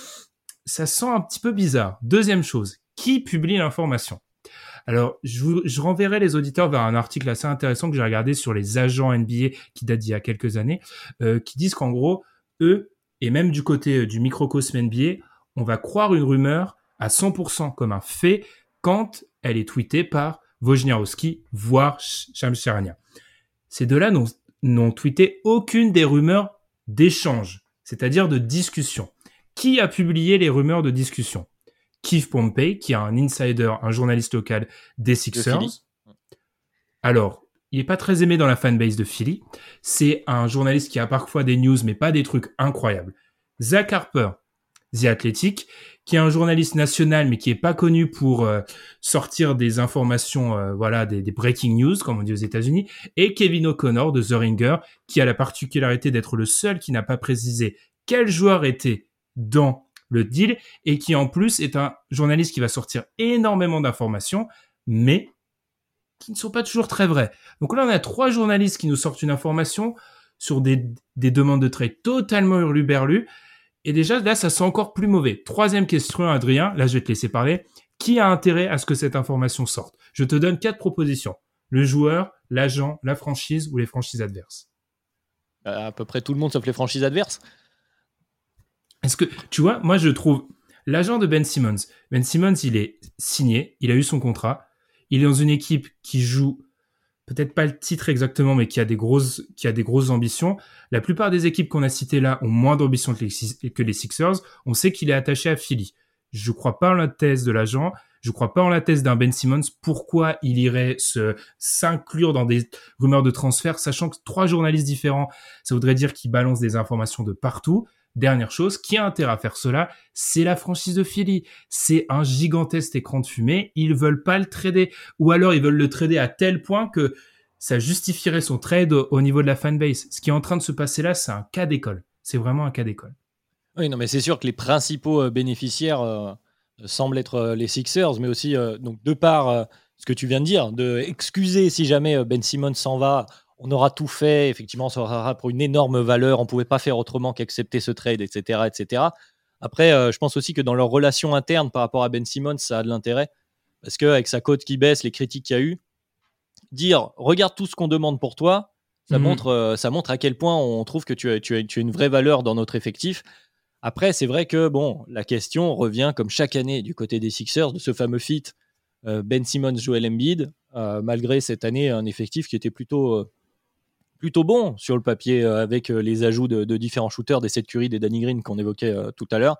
Ça sent un petit peu bizarre. Deuxième chose, qui publie l'information ? Alors, je, vous, je renverrai les auditeurs vers un article assez intéressant que j'ai regardé sur les agents N B A qui date d'il y a quelques années, euh, qui disent qu'en gros, eux, et même du côté euh, du microcosme N B A, on va croire une rumeur à cent pour cent comme un fait quand elle est tweetée par Wojnarowski, voire Shams Charania. Ces deux-là n'ont, n'ont tweeté aucune des rumeurs d'échange, c'est-à-dire de discussion. Qui a publié les rumeurs de discussion ? Keith Pompey, qui est un insider, un journaliste local des Sixers. Alors, il n'est pas très aimé dans la fanbase de Philly. C'est un journaliste qui a parfois des news, mais pas des trucs incroyables. Zach Harper, The Athletic, qui est un journaliste national, mais qui est pas connu pour euh, sortir des informations, euh, voilà, des, des breaking news, comme on dit aux États-Unis. Et Kevin O'Connor de The Ringer, qui a la particularité d'être le seul qui n'a pas précisé quel joueur était dans le deal, et qui en plus est un journaliste qui va sortir énormément d'informations, mais qui ne sont pas toujours très vraies. Donc là, on a trois journalistes qui nous sortent une information sur des, des demandes de trade totalement hurluberlues, et déjà, là, ça sent encore plus mauvais. Troisième question, Adrien, là, je vais te laisser parler. Qui a intérêt à ce que cette information sorte ? Je te donne quatre propositions. Le joueur, l'agent, la franchise ou les franchises adverses. Euh, à peu près tout le monde sauf les franchises adverses. Est-ce que, tu vois, moi je trouve l'agent de Ben Simmons, Ben Simmons, il est signé, il a eu son contrat, il est dans une équipe qui joue peut-être pas le titre exactement, mais qui a des grosses, qui a des grosses ambitions. La plupart des équipes qu'on a citées là ont moins d'ambition que les, que les Sixers. On sait qu'il est attaché à Philly. Je crois pas en la thèse de l'agent. Je crois pas en la thèse d'un Ben Simmons. Pourquoi il irait se, s'inclure dans des rumeurs de transfert, sachant que trois journalistes différents, ça voudrait dire qu'ils balancent des informations de partout. Dernière chose, qui a intérêt à faire cela, c'est la franchise de Philly. C'est un gigantesque écran de fumée. Ils veulent pas le trader. Ou alors, ils veulent le trader à tel point que ça justifierait son trade au, au niveau de la fanbase. Ce qui est en train de se passer là, c'est un cas d'école. C'est vraiment un cas d'école. Oui, non, mais c'est sûr que les principaux euh, bénéficiaires euh, semblent être euh, les Sixers, mais aussi, euh, donc, de par euh, ce que tu viens de dire, de excuser si jamais euh, Ben Simmons s'en va. On aura tout fait, effectivement, ça aura pour une énorme valeur. On ne pouvait pas faire autrement qu'accepter ce trade, et cetera, et cetera. Après, euh, je pense aussi que dans leur relation interne par rapport à Ben Simmons, ça a de l'intérêt. Parce qu'avec sa cote qui baisse, les critiques qu'il y a eu, dire « regarde tout ce qu'on demande pour toi », ça, mmh. montre, euh, ça montre à quel point on trouve que tu as, tu as, tu as une vraie valeur dans notre effectif. Après, c'est vrai que bon, la question revient, comme chaque année, du côté des Sixers, de ce fameux fit euh, Ben Simmons, Joel Embiid, euh, malgré cette année un effectif qui était plutôt... Euh, plutôt bon sur le papier euh, avec euh, les ajouts de, de différents shooters, des Seth Curry, des Danny Green qu'on évoquait euh, tout à l'heure.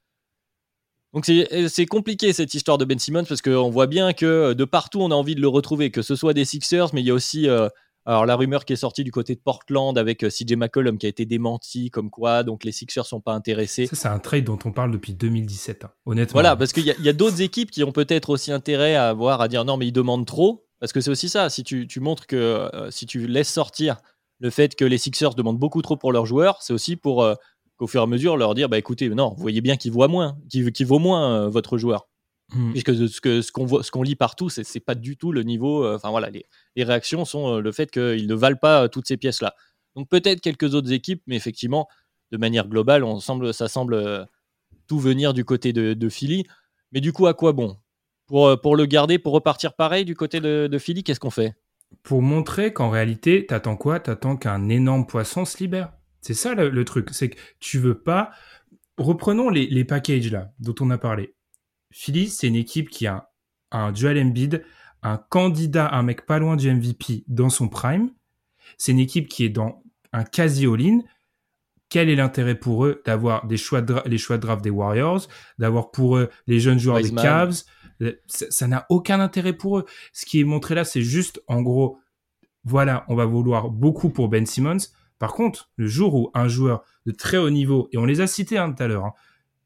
Donc c'est, c'est compliqué cette histoire de Ben Simmons parce qu'on voit bien que de partout on a envie de le retrouver, que ce soit des Sixers, mais il y a aussi euh, alors la rumeur qui est sortie du côté de Portland avec euh, C J McCollum qui a été démenti comme quoi donc les Sixers sont pas intéressés. Ça c'est un trade dont on parle depuis deux mille dix-sept, hein, honnêtement. Voilà, parce qu'il y a, il y a d'autres équipes qui ont peut-être aussi intérêt à avoir à dire non mais ils demandent trop, parce que c'est aussi ça, si tu, tu montres que euh, si tu laisses sortir le fait que les Sixers demandent beaucoup trop pour leurs joueurs, c'est aussi pour euh, qu'au fur et à mesure leur dire bah écoutez, non, vous voyez bien qu'il vaut moins, qu'il, qu'il vaut moins euh, votre joueur. Mmh. Puisque ce, que, ce, qu'on voit, ce qu'on lit partout, c'est, c'est pas du tout le niveau. Enfin euh, voilà, les, les réactions sont euh, le fait qu'ils ne valent pas euh, toutes ces pièces-là. Donc peut-être quelques autres équipes, mais effectivement, de manière globale, on semble, ça semble euh, tout venir du côté de, de Philly. Mais du coup, à quoi bon pour, euh, pour le garder, pour repartir pareil du côté de, de Philly, qu'est-ce qu'on fait? Pour montrer qu'en réalité, t'attends quoi? T'attends qu'un énorme poisson se libère. C'est ça le, le truc, c'est que tu veux pas... Reprenons les, les packages là, dont on a parlé. Philly, c'est une équipe qui a un, un Joel Embiid, un candidat, un mec pas loin du M V P dans son prime. C'est une équipe qui est dans un quasi all-in. Quel est l'intérêt pour eux d'avoir des choix de dra- les choix de draft des Warriors, d'avoir pour eux les jeunes joueurs Wiseman. Des Cavs? Ça, ça n'a aucun intérêt pour eux. Ce qui est montré là, c'est juste, en gros, voilà, on va vouloir beaucoup pour Ben Simmons. Par contre, le jour où un joueur de très haut niveau, et on les a cités hein, tout à l'heure, hein,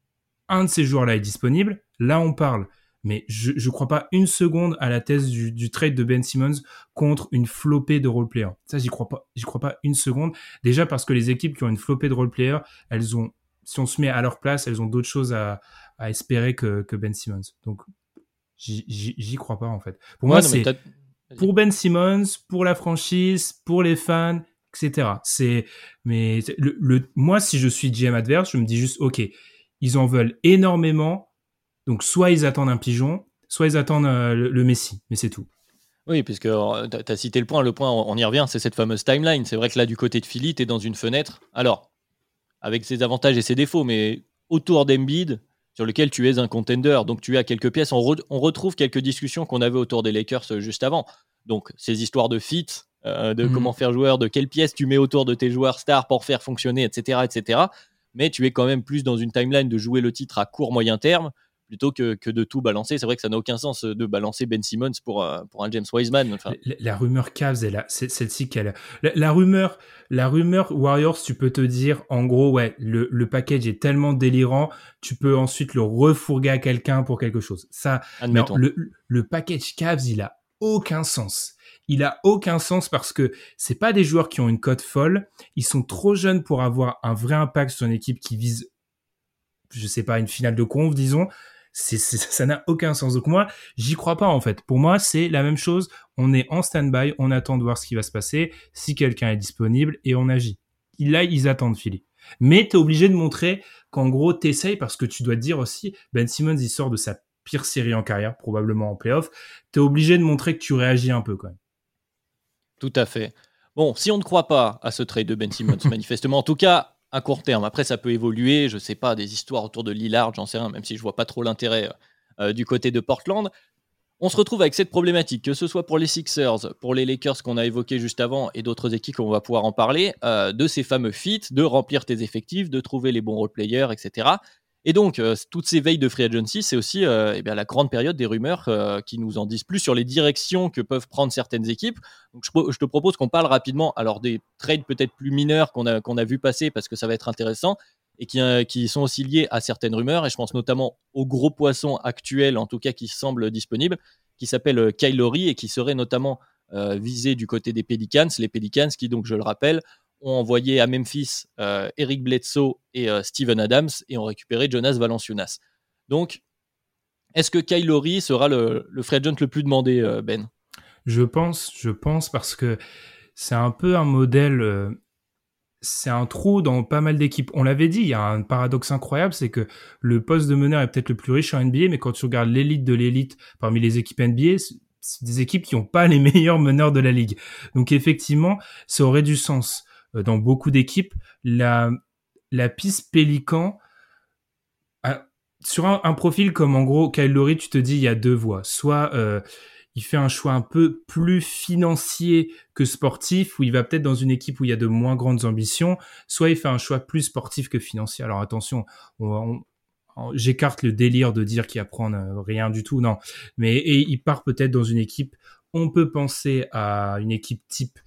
un de ces joueurs-là est disponible, là on parle. Mais je ne crois pas une seconde à la thèse du, du trade de Ben Simmons contre une flopée de role-players. Ça, j'y crois pas. J'y crois pas une seconde. Déjà parce que les équipes qui ont une flopée de role-players, elles ont, si on se met à leur place, elles ont d'autres choses à, à espérer que, que Ben Simmons. Donc, j'y, j'y, j'y crois pas en fait. Pour ouais, moi, non, c'est pour Ben Simmons, pour la franchise, pour les fans, et cetera. C'est, mais le, le, moi, si je suis G M adverse, je me dis juste, ok, ils en veulent énormément. Donc, soit ils attendent un pigeon, soit ils attendent euh, le, le Messi, mais c'est tout. Oui, puisque euh, tu as cité le point, le point, on y revient, c'est cette fameuse timeline. C'est vrai que là, du côté de Philly, tu es dans une fenêtre. Alors, avec ses avantages et ses défauts, mais autour d'Embiid, sur lequel tu es un contender. Donc, tu as quelques pièces. On, re- on retrouve quelques discussions qu'on avait autour des Lakers juste avant. Donc, ces histoires de fit, euh, de mmh. comment faire joueur, de quelles pièces tu mets autour de tes joueurs stars pour faire fonctionner, et cetera, et cetera. Mais tu es quand même plus dans une timeline de jouer le titre à court, moyen terme, plutôt que, que de tout balancer. C'est vrai que ça n'a aucun sens de balancer Ben Simmons pour, euh, pour un James Wiseman. Enfin... La, la rumeur Cavs, elle a, c'est celle-ci qu'elle a. La, la, rumeur, la rumeur Warriors, tu peux te dire, en gros, ouais, le, le package est tellement délirant, tu peux ensuite le refourguer à quelqu'un pour quelque chose. Ça, non, le, le package Cavs, il a aucun sens. Il a aucun sens parce que c'est pas des joueurs qui ont une cote folle. Ils sont trop jeunes pour avoir un vrai impact sur une équipe qui vise, je sais pas, une finale de conf, disons. C'est, c'est, ça n'a aucun sens. Donc moi, j'y crois pas en fait. Pour moi, c'est la même chose. On est en stand-by, on attend de voir ce qui va se passer, si quelqu'un est disponible et on agit. Là, ils attendent Philly. Mais t'es obligé de montrer qu'en gros, t'essayes parce que tu dois te dire aussi, Ben Simmons, il sort de sa pire série en carrière, probablement en play-off. T'es obligé de montrer que tu réagis un peu quand même. Tout à fait. Bon, si on ne croit pas à ce trade de Ben Simmons, manifestement, en tout cas, à court terme. Après, ça peut évoluer, je sais pas, des histoires autour de Lillard, j'en sais rien, même si je vois pas trop l'intérêt euh, du côté de Portland. On se retrouve avec cette problématique, que ce soit pour les Sixers, pour les Lakers qu'on a évoqués juste avant et d'autres équipes, on va pouvoir en parler, euh, de ces fameux fits, de remplir tes effectifs, de trouver les bons role-players, et cetera. Et donc, euh, toutes ces veilles de free agency, c'est aussi euh, eh bien, la grande période des rumeurs euh, qui nous en disent plus sur les directions que peuvent prendre certaines équipes. Donc, je, je te propose qu'on parle rapidement alors des trades peut-être plus mineurs qu'on a, qu'on a vu passer parce que ça va être intéressant et qui, euh, qui sont aussi liés à certaines rumeurs. Et je pense notamment aux gros poissons actuels, en tout cas qui semblent disponibles, qui s'appelle euh, Kyle Lowry et qui serait notamment euh, visé du côté des Pelicans. Les Pelicans qui, donc, je le rappelle, ont envoyé à Memphis euh, Eric Bledsoe et euh, Steven Adams et ont récupéré Jonas Valanciunas. Donc, est-ce que Kyle Lowry sera le, le free agent le plus demandé, euh, Ben ? Je pense, je pense parce que c'est un peu un modèle, euh, c'est un trou dans pas mal d'équipes. On l'avait dit, il y a un paradoxe incroyable, c'est que le poste de meneur est peut-être le plus riche en N B A, mais quand tu regardes l'élite de l'élite parmi les équipes N B A, c'est des équipes qui n'ont pas les meilleurs meneurs de la ligue. Donc effectivement, ça aurait du sens. Dans beaucoup d'équipes, la, la piste Pélican, a, sur un, un profil comme en gros Kyle Lowry, tu te dis il y a deux voies. Soit euh, il fait un choix un peu plus financier que sportif, où il va peut-être dans une équipe où il y a de moins grandes ambitions, soit il fait un choix plus sportif que financier. Alors attention, on, on, j'écarte le délire de dire qu'il apprend rien du tout, non. Mais et il part peut-être dans une équipe, on peut penser à une équipe type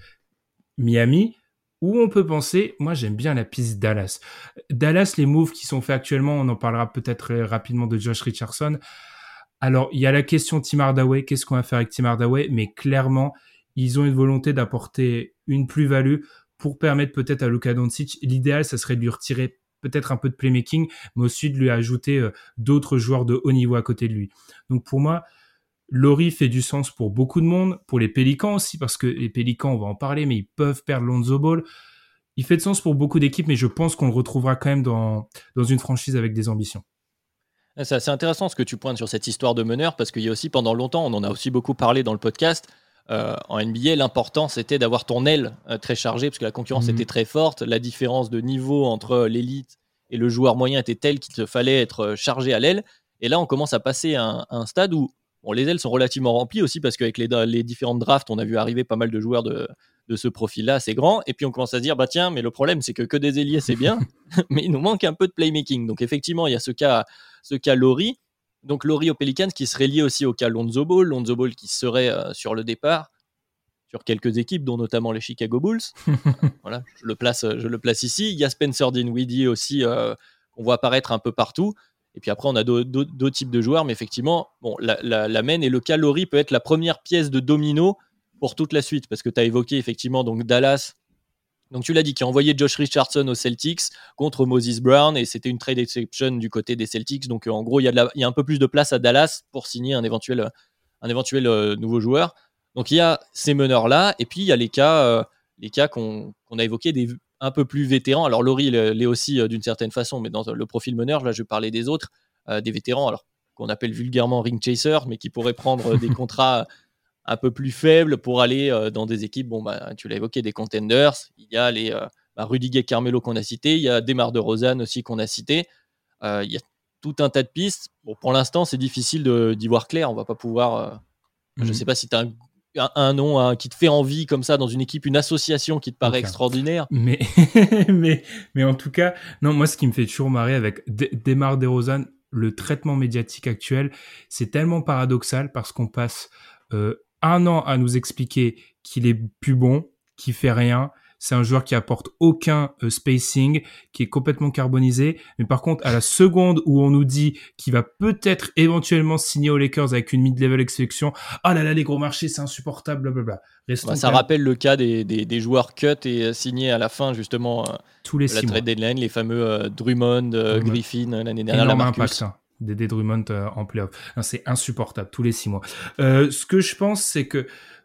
Miami, où on peut penser, moi j'aime bien la piste Dallas. Dallas, les moves qui sont faits actuellement, on en parlera peut-être rapidement de Josh Richardson. Alors, il y a la question Tim Hardaway, qu'est-ce qu'on va faire avec Tim Hardaway ? Mais clairement, ils ont une volonté d'apporter une plus-value pour permettre peut-être à Luka Doncic, l'idéal, ça serait de lui retirer peut-être un peu de playmaking, mais aussi de lui ajouter euh, d'autres joueurs de haut niveau à côté de lui. Donc pour moi, Lowry fait du sens pour beaucoup de monde, pour les Pélicans aussi, parce que les Pélicans, on va en parler, mais ils peuvent perdre Lonzo Ball. Il fait de sens pour beaucoup d'équipes, mais je pense qu'on le retrouvera quand même dans, dans une franchise avec des ambitions. C'est assez intéressant ce que tu pointes sur cette histoire de meneur, parce qu'il y a aussi, pendant longtemps, on en a aussi beaucoup parlé dans le podcast, euh, en N B A, l'important, c'était d'avoir ton aile euh, très chargée, parce que la concurrence mmh. était très forte, la différence de niveau entre l'élite et le joueur moyen était telle qu'il te fallait être chargé à l'aile. Et là, on commence à passer à un, à un stade où bon, les ailes sont relativement remplies aussi parce qu'avec les, les différentes drafts, on a vu arriver pas mal de joueurs de, de ce profil-là assez grand. Et puis on commence à se dire, bah tiens, mais le problème, c'est que que des ailiers, c'est bien, mais il nous manque un peu de playmaking. Donc effectivement, il y a ce cas, ce cas Lowry. Donc Lowry aux Pelicans qui serait lié aussi au cas Lonzo Ball. Lonzo Ball qui serait euh, sur le départ, sur quelques équipes, dont notamment les Chicago Bulls. euh, voilà, je le place, je le place ici. Il y a Spencer Dinwiddie aussi, euh, qu'on voit apparaître un peu partout. Et puis après, on a d'autres, d'autres, d'autres types de joueurs, mais effectivement, bon, la, la, la main et le cas Lowry peut être la première pièce de domino pour toute la suite, parce que tu as évoqué effectivement donc Dallas, donc tu l'as dit, qui a envoyé Josh Richardson aux Celtics contre Moses Brown, et c'était une trade exception du côté des Celtics, donc en gros, il y a de la, il y a un peu plus de place à Dallas pour signer un éventuel, un éventuel euh, nouveau joueur. Donc il y a ces meneurs-là, et puis il y a les cas, euh, les cas qu'on, qu'on a évoqués, des un peu plus vétérans. Alors Lowry l'est aussi euh, d'une certaine façon, mais dans le profil meneur, là je parlais des autres, euh, des vétérans, alors qu'on appelle vulgairement ring chaser, mais qui pourraient prendre des contrats un peu plus faibles pour aller euh, dans des équipes, bon bah tu l'as évoqué, des contenders. Il y a les euh, bah, Rudy Carmelo qu'on a cité, il y a DeMar DeRozan aussi qu'on a cité. Euh, il y a tout un tas de pistes. Bon, pour l'instant, c'est difficile de, d'y voir clair. On va pas pouvoir. Euh, mmh. Je sais pas si tu as un Un, un nom un, qui te fait envie comme ça dans une équipe, une association qui te paraît okay. extraordinaire. Mais, mais, mais en tout cas, non, moi, ce qui me fait toujours marrer avec De- DeMar DeRozan, le traitement médiatique actuel, c'est tellement paradoxal parce qu'on passe euh, un an à nous expliquer qu'il est plus bon, qu'il fait rien. C'est un joueur qui apporte aucun euh, spacing, qui est complètement carbonisé. Mais par contre, à la seconde où on nous dit qu'il va peut-être éventuellement signer aux Lakers avec une mid-level exception, ah là là, les gros marchés, c'est insupportable, blablabla. Bah, ça rappelle le cas des, des, des joueurs cut et euh, signés à la fin, justement, euh, tous les de la trade mois. Deadline, les fameux euh, Drummond, euh, Drummond, Griffin, euh, l'année dernière, énorme la impact, hein, des, des Drummond euh, en playoff. Non, c'est insupportable, tous les six mois. Euh, ce que je pense, c'est que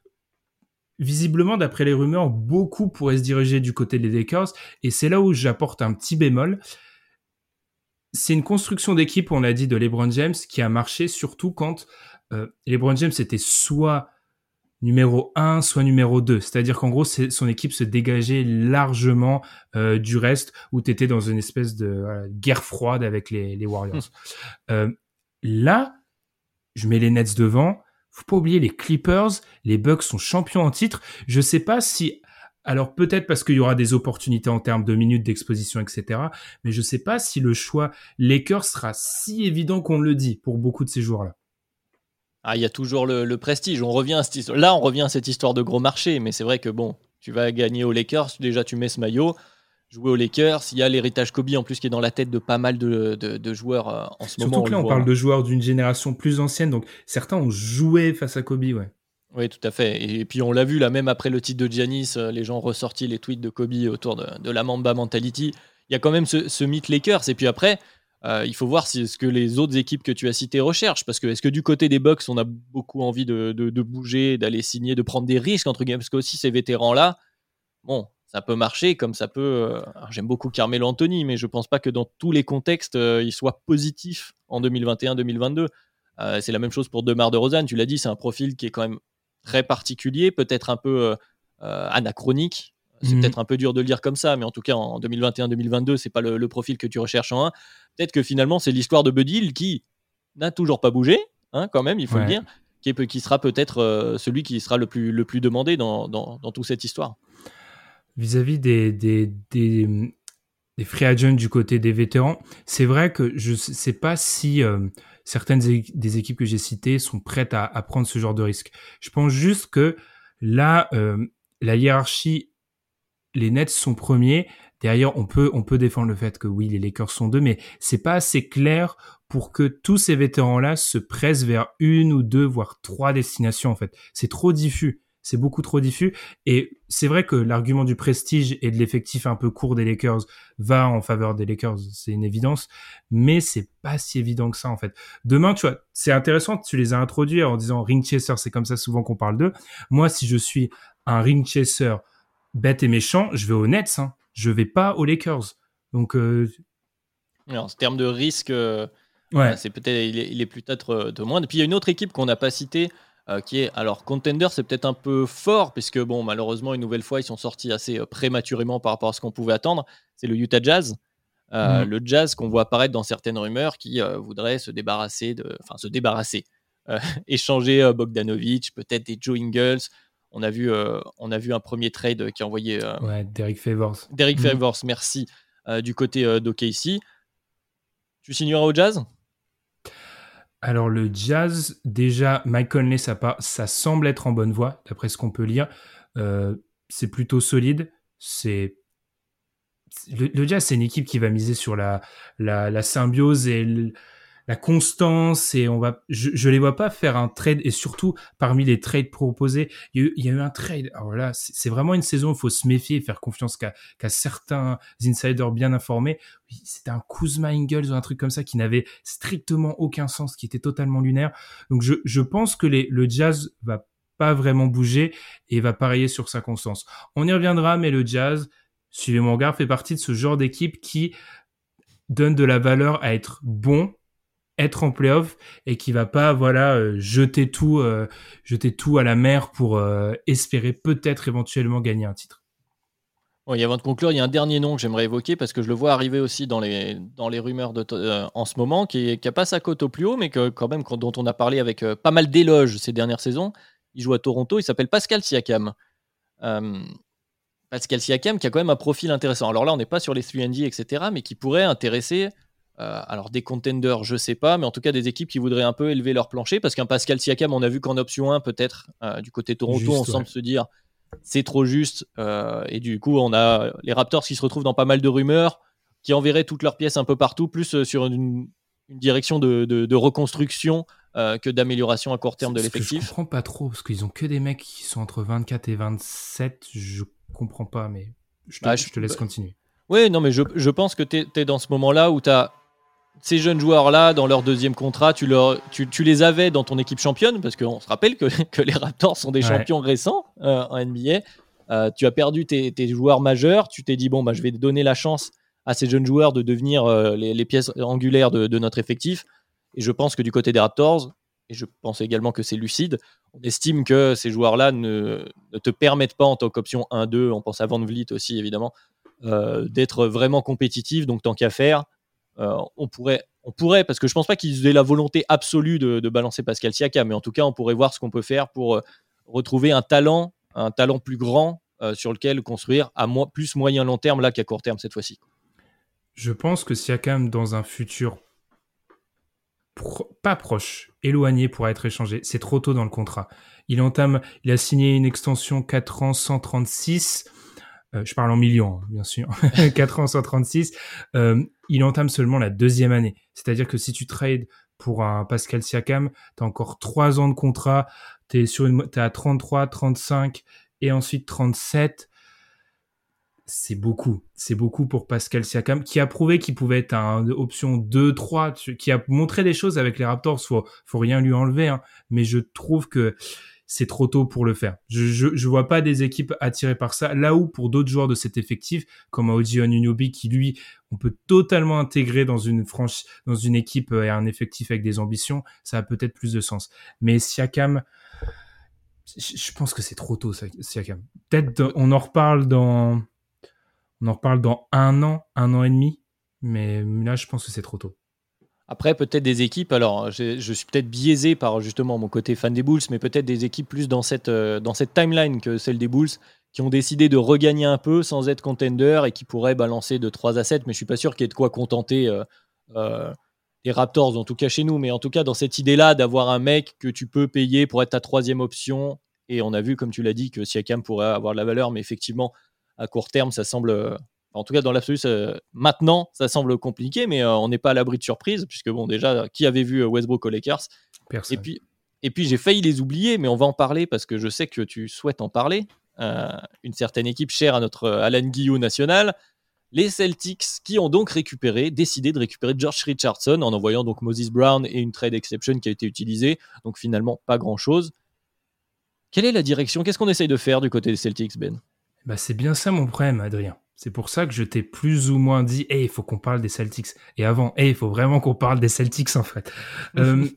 visiblement, d'après les rumeurs, beaucoup pourraient se diriger du côté des Lakers, et c'est là où j'apporte un petit bémol. C'est une construction d'équipe, on l'a dit, de LeBron James, qui a marché surtout quand euh, LeBron James était soit numéro un, soit numéro deux. C'est-à-dire qu'en gros, c'est, son équipe se dégageait largement euh, du reste, où tu étais dans une espèce de euh, guerre froide avec les, les Warriors. Mmh. Euh, là, je mets les Nets devant. faut pas oublier les Clippers, les Bucks sont champions en titre. Je sais pas si, alors peut-être parce qu'il y aura des opportunités en termes de minutes d'exposition, et cetera. Mais je sais pas si le choix Lakers sera si évident qu'on le dit pour beaucoup de ces joueurs-là. Ah, il y a toujours le, le prestige. On revient à cette histoire. Là, on revient à cette histoire de gros marché, mais c'est vrai que bon, tu vas gagner aux Lakers, déjà tu mets ce maillot. Jouer aux Lakers, il y a l'héritage Kobe en plus qui est dans la tête de pas mal de, de, de joueurs euh, en ce Surtout moment. Surtout que là, on, on parle de joueurs d'une génération plus ancienne, donc certains ont joué face à Kobe, ouais. Oui, tout à fait. Et, et puis on l'a vu là, même après le titre de Giannis, euh, les gens ont ressorti les tweets de Kobe autour de, de la Mamba mentality. Il y a quand même ce, ce mythe Lakers. Et puis après, euh, il faut voir si ce que les autres équipes que tu as citées recherchent. Parce que est-ce que du côté des Bucks, on a beaucoup envie de, de, de bouger, d'aller signer, de prendre des risques entre guillemets, parce que aussi ces vétérans-là, bon. Ça peut marcher comme ça peut. Alors, j'aime beaucoup Carmelo Anthony, mais je pense pas que dans tous les contextes, euh, il soit positif en deux mille vingt et un deux mille vingt-deux. Euh, c'est la même chose pour DeMar DeRozan. Tu l'as dit, c'est un profil qui est quand même très particulier, peut-être un peu euh, euh, anachronique. C'est mmh. peut-être un peu dur de le dire comme ça, mais en tout cas, en deux mille vingt et un deux mille vingt-deux, c'est pas le, le profil que tu recherches en un. Peut-être que finalement, c'est l'histoire de Buddy Hield qui n'a toujours pas bougé, hein, quand même, il faut ouais. le dire, qui, est, qui sera peut-être euh, celui qui sera le plus, le plus demandé dans, dans, dans toute cette histoire. Vis-à-vis des, des, des, des free agents du côté des vétérans, c'est vrai que je ne sais pas si euh, certaines é- des équipes que j'ai citées sont prêtes à, à prendre ce genre de risque. Je pense juste que là, euh, la hiérarchie, les Nets sont premiers. Derrière, on peut, on peut défendre le fait que oui, les Lakers sont deux, mais c'est pas assez clair pour que tous ces vétérans-là se pressent vers une ou deux, voire trois destinations, en fait. C'est trop diffus. C'est beaucoup trop diffus. Et c'est vrai que l'argument du prestige et de l'effectif un peu court des Lakers va en faveur des Lakers. C'est une évidence. Mais c'est pas si évident que ça, en fait. Demain, tu vois, c'est intéressant. Tu les as introduits en disant ring chaser. C'est comme ça souvent qu'on parle d'eux. Moi, si je suis un ring chaser bête et méchant, je vais aux Nets, hein. Je vais pas aux Lakers. Donc, euh... en termes de risque, euh, ouais. c'est peut-être, il est, il est peut-être de moins. Et puis, il y a une autre équipe qu'on n'a pas citée, Euh, qui est, alors contender, c'est peut-être un peu fort puisque bon, malheureusement une nouvelle fois ils sont sortis assez euh, prématurément par rapport à ce qu'on pouvait attendre. C'est le Utah Jazz, euh, mmh. le Jazz qu'on voit apparaître dans certaines rumeurs qui euh, voudraient se débarrasser de, enfin se débarrasser, euh, échanger euh, Bogdanovic, peut-être des Joe Ingles. On a vu, euh, on a vu un premier trade qui a envoyé euh, ouais, Derek Favors. Derek mmh. Favors, merci, euh, du côté euh, d'O K C. Tu signeras au Jazz? Alors le Jazz, déjà, Mike Conley, ça, pas, ça semble être en bonne voie, d'après ce qu'on peut lire. Euh, c'est plutôt solide. C'est le, le Jazz, c'est une équipe qui va miser sur la, la, la symbiose et le, la constance. Et on va, je, je les vois pas faire un trade. Et surtout, parmi les trades proposés, il y a eu, il y a eu un trade. Alors là, c'est, c'est vraiment une saison où il faut se méfier et faire confiance qu'à, qu'à certains insiders bien informés. Oui, c'était un Kuzma Ingles ou un truc comme ça qui n'avait strictement aucun sens, qui était totalement lunaire. Donc je, je pense que les, le Jazz va pas vraiment bouger et va parier sur sa constance. On y reviendra, mais le Jazz, suivez mon regard, fait partie de ce genre d'équipe qui donne de la valeur à être bon, être en play-off et qui va pas voilà euh, jeter tout euh, jeter tout à la mer pour euh, espérer peut-être éventuellement gagner un titre. Bon, et avant de conclure, il y a un dernier nom que j'aimerais évoquer parce que je le vois arriver aussi dans les, dans les rumeurs de, euh, en ce moment, qui n'a pas sa cote au plus haut, mais que, quand même, dont on a parlé avec euh, pas mal d'éloges ces dernières saisons. Il joue à Toronto, il s'appelle Pascal Siakam. Euh, Pascal Siakam qui a quand même un profil intéressant. Alors là, on n'est pas sur les trois and D, et cetera, mais qui pourrait intéresser euh, alors des contenders, je sais pas, mais en tout cas des équipes qui voudraient un peu élever leur plancher, parce qu'un Pascal Siakam, on a vu qu'en option un, peut-être, euh, du côté Toronto, juste, on ouais. semble se dire c'est trop juste, euh, et du coup on a les Raptors qui se retrouvent dans pas mal de rumeurs, qui enverraient toutes leurs pièces un peu partout, plus sur une, une direction de, de, de reconstruction euh, que d'amélioration à court terme de l'effectif. Je comprends pas trop, parce qu'ils ont que des mecs qui sont entre vingt-quatre et vingt-sept, je comprends pas, mais je te, ah, je, je te laisse bah, continuer. Oui, non mais je, je pense que tu es dans ce moment-là où tu as ces jeunes joueurs-là, dans leur deuxième contrat, tu, leur, tu, tu les avais dans ton équipe championne, parce qu'on se rappelle que, que les Raptors sont des ouais. champions récents euh, en N B A. Euh, tu as perdu tes, tes joueurs majeurs, tu t'es dit, bon, bah, je vais donner la chance à ces jeunes joueurs de devenir euh, les, les pièces angulaires de, de notre effectif. Et je pense que du côté des Raptors, et je pense également que c'est lucide, on estime que ces joueurs-là ne, ne te permettent pas en tant qu'option un deux, on pense à Van Vliet aussi évidemment, euh, d'être vraiment compétitif, donc tant qu'à faire, Euh, on pourrait on pourrait, parce que je pense pas qu'ils aient la volonté absolue de, de balancer Pascal Siakam, mais en tout cas, on pourrait voir ce qu'on peut faire pour euh, retrouver un talent, un talent plus grand euh, sur lequel construire à mo- plus moyen long terme là qu'à court terme cette fois-ci. Je pense que Siakam, dans un futur pro- pas proche, éloigné pour être échangé, c'est trop tôt dans le contrat. Il entame, il a signé une extension quatre ans, cent trente-six. Euh, je parle en millions, hein, bien sûr. quatre ans, cent trente-six. Euh, il entame seulement la deuxième année. C'est-à-dire que si tu trades pour un Pascal Siakam, t'as encore trois ans de contrat, t'es sur une, t'es à trente-trois, trente-cinq et ensuite trente-sept. C'est beaucoup. C'est beaucoup pour Pascal Siakam, qui a prouvé qu'il pouvait être une option deux trois, qui a montré des choses avec les Raptors. Faut, faut rien lui enlever, hein. Mais je trouve que c'est trop tôt pour le faire. Je, je, je vois pas des équipes attirées par ça. Là où, pour d'autres joueurs de cet effectif, comme O G Anunoby, qui lui, on peut totalement intégrer dans une franchise, dans une équipe et un effectif avec des ambitions, ça a peut-être plus de sens. Mais Siakam, je pense que c'est trop tôt, Siakam. Peut-être, on en reparle dans, on en reparle dans un an, un an et demi. Mais là, je pense que c'est trop tôt. Après, peut-être des équipes, alors je, je suis peut-être biaisé par justement mon côté fan des Bulls, mais peut-être des équipes plus dans cette, euh, dans cette timeline que celle des Bulls, qui ont décidé de regagner un peu sans être contender et qui pourraient balancer de trois à sept, mais je suis pas sûr qu'il y ait de quoi contenter euh, euh, les Raptors, en tout cas chez nous, mais en tout cas dans cette idée-là d'avoir un mec que tu peux payer pour être ta troisième option, et on a vu, comme tu l'as dit, que Siakam pourrait avoir de la valeur, mais effectivement, à court terme, ça semble... En tout cas, dans l'absolu, ça, maintenant, ça semble compliqué, mais euh, on n'est pas à l'abri de surprise, puisque bon, déjà, qui avait vu Westbrook aux Lakers ? Personne. Et puis, et puis, j'ai failli les oublier, mais on va en parler parce que je sais que tu souhaites en parler. Euh, une certaine équipe chère à notre Alan Guillou national, les Celtics, qui ont donc récupéré, décidé de récupérer Josh Richardson en envoyant donc Moses Brown et une trade exception qui a été utilisée. Donc finalement, pas grand-chose. Quelle est la direction ? Qu'est-ce qu'on essaye de faire du côté des Celtics, Ben ? Bah, c'est bien ça mon problème, Adrien. C'est pour ça que je t'ai plus ou moins dit, hey, il faut qu'on parle des Celtics. Et avant, hey, il faut vraiment qu'on parle des Celtics, en fait. euh,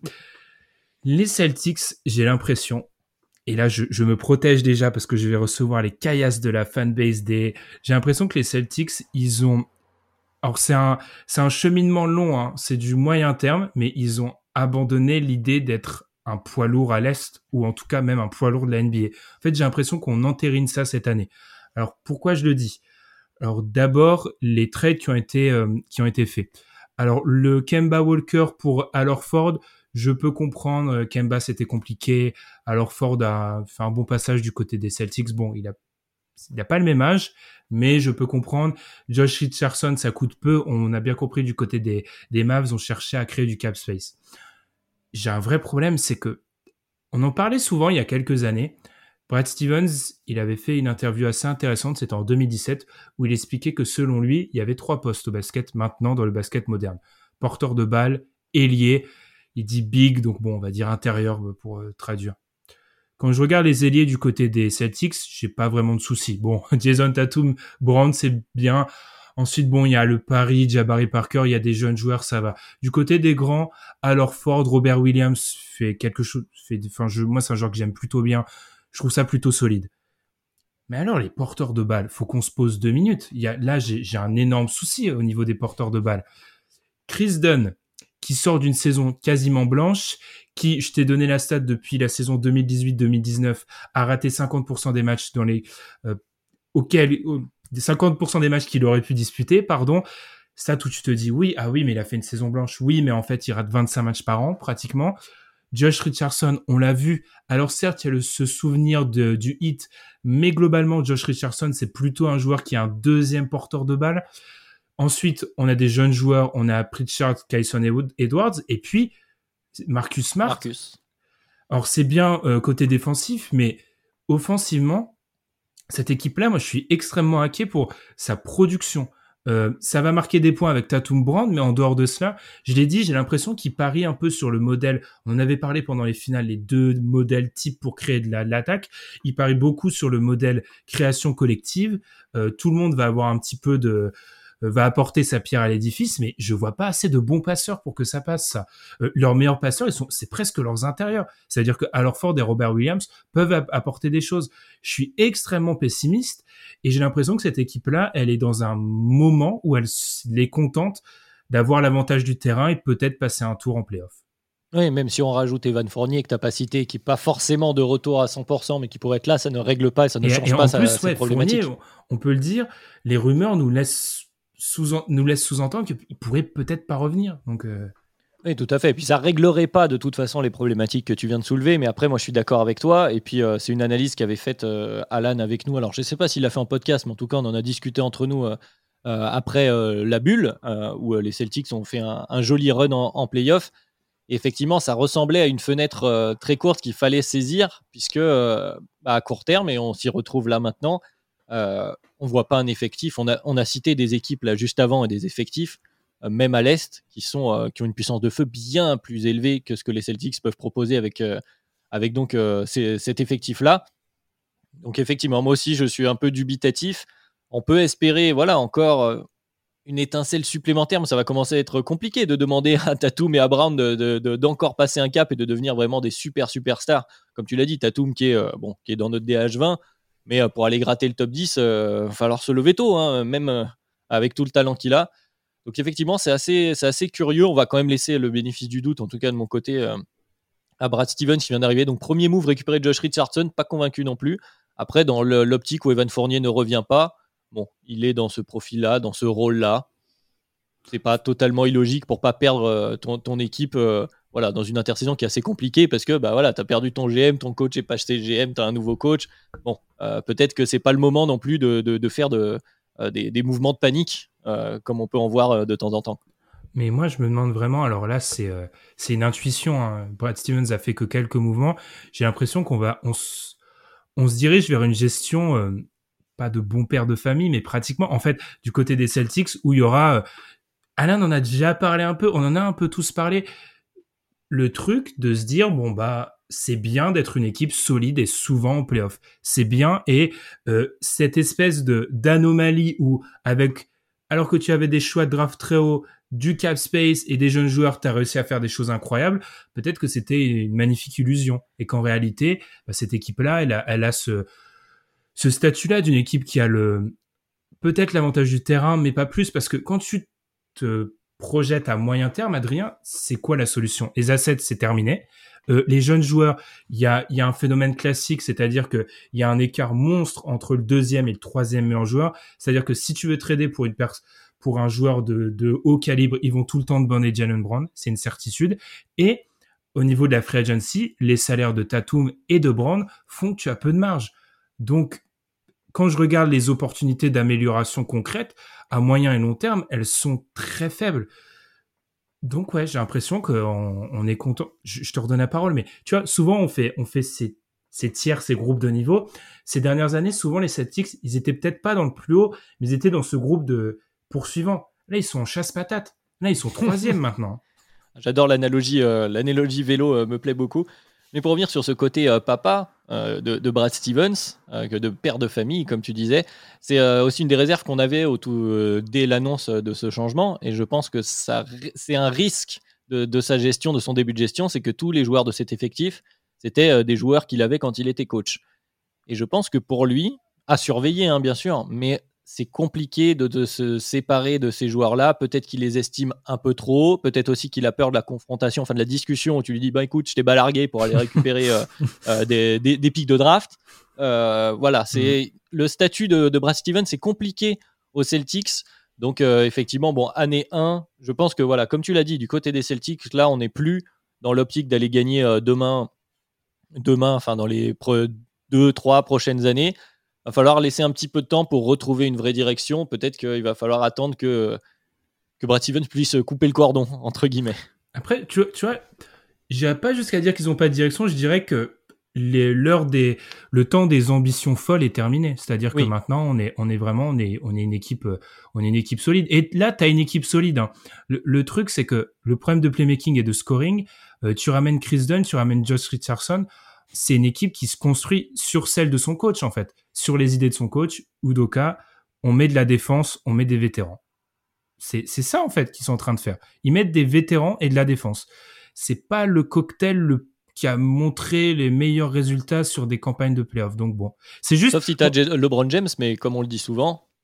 les Celtics, j'ai l'impression, et là, je, je me protège déjà parce que je vais recevoir les caillasses de la fanbase des... J'ai l'impression que les Celtics, ils ont... Alors, c'est un, c'est un cheminement long, hein. C'est du moyen terme, mais ils ont abandonné l'idée d'être un poids lourd à l'Est, ou en tout cas même un poids lourd de la N B A. En fait, j'ai l'impression qu'on entérine ça cette année. Alors, pourquoi je le dis ? Alors d'abord, les trades qui ont été euh, qui ont été faits. Alors le Kemba Walker pour Al Horford, je peux comprendre. euh, Kemba c'était compliqué. Al Horford a fait un bon passage du côté des Celtics. Bon, il a il a pas le même âge, mais je peux comprendre. Josh Richardson, ça coûte peu. On a bien compris du côté des des Mavs, on cherchait à créer du cap space. J'ai un vrai problème, c'est que on en parlait souvent il y a quelques années. Brad Stevens, il avait fait une interview assez intéressante, c'était en deux mille dix-sept, où il expliquait que selon lui, il y avait trois postes au basket maintenant dans le basket moderne. Porteur de balle, ailier, il dit big, donc bon, on va dire intérieur pour euh, traduire. Quand je regarde les ailiers du côté des Celtics, j'ai pas vraiment de soucis. Bon, Jason Tatum, Brown, c'est bien. Ensuite, bon, il y a le Paris, Jabari Parker, il y a des jeunes joueurs, ça va. Du côté des grands, alors Ford, Robert Williams fait quelque chose, fait, enfin, je, moi, c'est un joueur que j'aime plutôt bien. Je trouve ça plutôt solide. Mais alors, les porteurs de balles, faut qu'on se pose deux minutes. Il y a, là, j'ai, j'ai un énorme souci au niveau des porteurs de balles. Chris Dunn, qui sort d'une saison quasiment blanche, qui, je t'ai donné la stat depuis la saison deux mille dix-huit deux mille dix-neuf, a raté cinquante pour cent des matchs dans les, euh, auxquels, euh, cinquante pour cent des matchs qu'il aurait pu disputer, pardon. Stat où tu te dis, oui, ah oui, mais il a fait une saison blanche. Oui, mais en fait, il rate vingt-cinq matchs par an, pratiquement. Josh Richardson, on l'a vu. Alors certes, il y a le, ce souvenir de, du hit, mais globalement, Josh Richardson, c'est plutôt un joueur qui est un deuxième porteur de balle. Ensuite, on a des jeunes joueurs, on a Pritchard, Kyson Edwards, et puis Marcus Smart. Marcus. Alors c'est bien euh, côté défensif, mais offensivement, cette équipe-là, moi, je suis extrêmement inquiet pour sa production. Euh, ça va marquer des points avec Tatum Brown, mais en dehors de cela, je l'ai dit, j'ai l'impression qu'il parie un peu sur le modèle. On en avait parlé pendant les finales, les deux modèles types pour créer de, la, de l'attaque. Il parie beaucoup sur le modèle création collective. Euh, tout le monde va avoir un petit peu de... va apporter sa pierre à l'édifice, mais je vois pas assez de bons passeurs pour que ça passe, ça. Euh, leurs meilleurs passeurs, ils sont, c'est presque leurs intérieurs. C'est-à-dire que Al Horford et Robert Williams peuvent ap- apporter des choses. Je suis extrêmement pessimiste et j'ai l'impression que cette équipe-là, elle est dans un moment où elle, elle est contente d'avoir l'avantage du terrain et peut-être passer un tour en play-off. Oui, même si on rajoute Evan Fournier que tu n'as pas cité, qui n'est pas forcément de retour à cent pour cent, mais qui pourrait être là, ça ne règle pas et ça ne et, change et pas en sa, plus, sa ouais, problématique. Fournier, on, on peut le dire, les rumeurs nous laissent, sous, nous laissent sous-entendre qu'il pourrait peut-être pas revenir. Donc, euh... Oui, tout à fait. Et puis ça réglerait pas de toute façon les problématiques que tu viens de soulever. Mais après, moi, je suis d'accord avec toi. Et puis, euh, c'est une analyse qu'avait faite euh, Alan avec nous. Alors, je ne sais pas s'il l'a fait en podcast, mais en tout cas, on en a discuté entre nous euh, euh, après euh, la bulle, euh, où euh, les Celtics ont fait un, un joli run en, en play-off. Et effectivement, ça ressemblait à une fenêtre euh, très courte qu'il fallait saisir, puisque euh, bah, à court terme, et on s'y retrouve là maintenant, euh, on ne voit pas un effectif. On a, on a cité des équipes là juste avant et des effectifs, euh, même à l'Est, qui, sont, euh, qui ont une puissance de feu bien plus élevée que ce que les Celtics peuvent proposer avec, euh, avec donc, euh, ces, cet effectif-là. Donc effectivement, moi aussi, je suis un peu dubitatif. On peut espérer, voilà, encore... Euh, une étincelle supplémentaire, mais ça va commencer à être compliqué de demander à Tatum et à Brown de, de, de, d'encore passer un cap et de devenir vraiment des super superstars. Comme tu l'as dit, Tatum qui est, euh, bon, qui est dans notre D H vingt, mais euh, pour aller gratter le top dix, il euh, va falloir se lever tôt, hein, même euh, avec tout le talent qu'il a. Donc effectivement, c'est assez, c'est assez curieux. On va quand même laisser le bénéfice du doute, en tout cas de mon côté, euh, à Brad Stevens qui vient d'arriver. Donc premier move, récupérer Josh Richardson, pas convaincu non plus. Après, dans le, l'optique où Evan Fournier ne revient pas, bon, il est dans ce profil-là, dans ce rôle-là. C'est pas totalement illogique pour pas perdre euh, ton, ton équipe euh, voilà, dans une intersaison qui est assez compliquée parce que bah, voilà, tu as perdu ton G M, ton coach est pas chez G M, tu as un nouveau coach. Bon, euh, peut-être que c'est pas le moment non plus de, de, de faire de, euh, des, des mouvements de panique euh, comme on peut en voir euh, de temps en temps. Mais moi, je me demande vraiment, alors là, c'est, euh, c'est une intuition. Hein. Brad Stevens a fait que quelques mouvements. J'ai l'impression qu'on va, on, s- on se dirige vers une gestion, euh, pas de bon père de famille, mais pratiquement, en fait, du côté des Celtics, où il y aura, euh, Alain en a déjà parlé un peu, on en a un peu tous parlé. Le truc de se dire, bon, bah, c'est bien d'être une équipe solide et souvent en playoff. C'est bien. Et euh, cette espèce de d'anomalie où, avec, alors que tu avais des choix de draft très hauts, du cap space et des jeunes joueurs, tu as réussi à faire des choses incroyables, peut-être que c'était une magnifique illusion. Et qu'en réalité, bah, cette équipe-là, elle a, elle a ce, ce statut-là d'une équipe qui a le peut-être l'avantage du terrain, mais pas plus, parce que quand tu te projettes à moyen terme, Adrien, c'est quoi la solution? Les assets, c'est terminé. Euh, les jeunes joueurs, il y a, y a un phénomène classique, c'est-à-dire que il y a un écart monstre entre le deuxième et le troisième meilleur joueur. C'est-à-dire que si tu veux trader pour une personne, pour un joueur de, de haut calibre, ils vont tout le temps te banner Jaylen Brown, c'est une certitude. Et au niveau de la free agency, les salaires de Tatum et de Brown font que tu as peu de marge. Donc, quand je regarde les opportunités d'amélioration concrètes, à moyen et long terme, elles sont très faibles. Donc ouais, j'ai l'impression qu'on on est content. Je, je te redonne la parole, mais tu vois, souvent on fait, on fait ces, ces tiers, ces groupes de niveau. Ces dernières années, souvent les Celtics, ils étaient peut-être pas dans le plus haut, mais ils étaient dans ce groupe de poursuivants. Là, ils sont en chasse-patate. Là, ils sont troisième maintenant. J'adore l'analogie, euh, l'analogie vélo euh, me plaît beaucoup. Mais pour revenir sur ce côté euh, papa euh, de, de Brad Stevens, euh, de père de famille, comme tu disais, c'est euh, aussi une des réserves qu'on avait au tout, euh, dès l'annonce de ce changement. Et je pense que ça, c'est un risque de, de sa gestion, de son début de gestion, c'est que tous les joueurs de cet effectif, c'était euh, des joueurs qu'il avait quand il était coach. Et je pense que pour lui, à surveiller, hein, bien sûr, mais c'est compliqué de, de se séparer de ces joueurs-là. Peut-être qu'il les estime un peu trop. Peut-être aussi qu'il a peur de la confrontation, enfin de la discussion où tu lui dis bah écoute, je t'ai balargué pour aller récupérer euh, euh, des, des, des pics de draft. Euh, voilà, c'est mmh. le statut de, de Brad Stevens, c'est compliqué aux Celtics. Donc euh, effectivement, bon, année un, je pense que voilà, comme tu l'as dit, du côté des Celtics, là, on n'est plus dans l'optique d'aller gagner euh, demain, demain, enfin dans les pre- deux, trois prochaines années. Il va falloir laisser un petit peu de temps pour retrouver une vraie direction. Peut-être qu'il va falloir attendre que, que Brad Stevens puisse couper le cordon, entre guillemets. Après, tu, tu vois, je n'irais pas jusqu'à dire qu'ils n'ont pas de direction. Je dirais que les, l'heure des, le temps des ambitions folles est terminé. C'est-à-dire que oui. maintenant, on est, on est vraiment, on est, on est une équipe, on est une équipe solide. Et là, tu as une équipe solide. Hein. Le, le truc, c'est que le problème de playmaking et de scoring, euh, tu ramènes Chris Dunn, tu ramènes Josh Richardson. C'est une équipe qui se construit sur celle de son coach, en fait. Sur les idées de son coach, Udoka, on met de la défense, on met des vétérans. C'est, c'est ça, en fait, qu'ils sont en train de faire. Ils mettent des vétérans et de la défense. C'est pas le cocktail le, qui a montré les meilleurs résultats sur des campagnes de playoffs. Donc bon, c'est juste... Sauf si t'as LeBron James, mais comme on le dit souvent,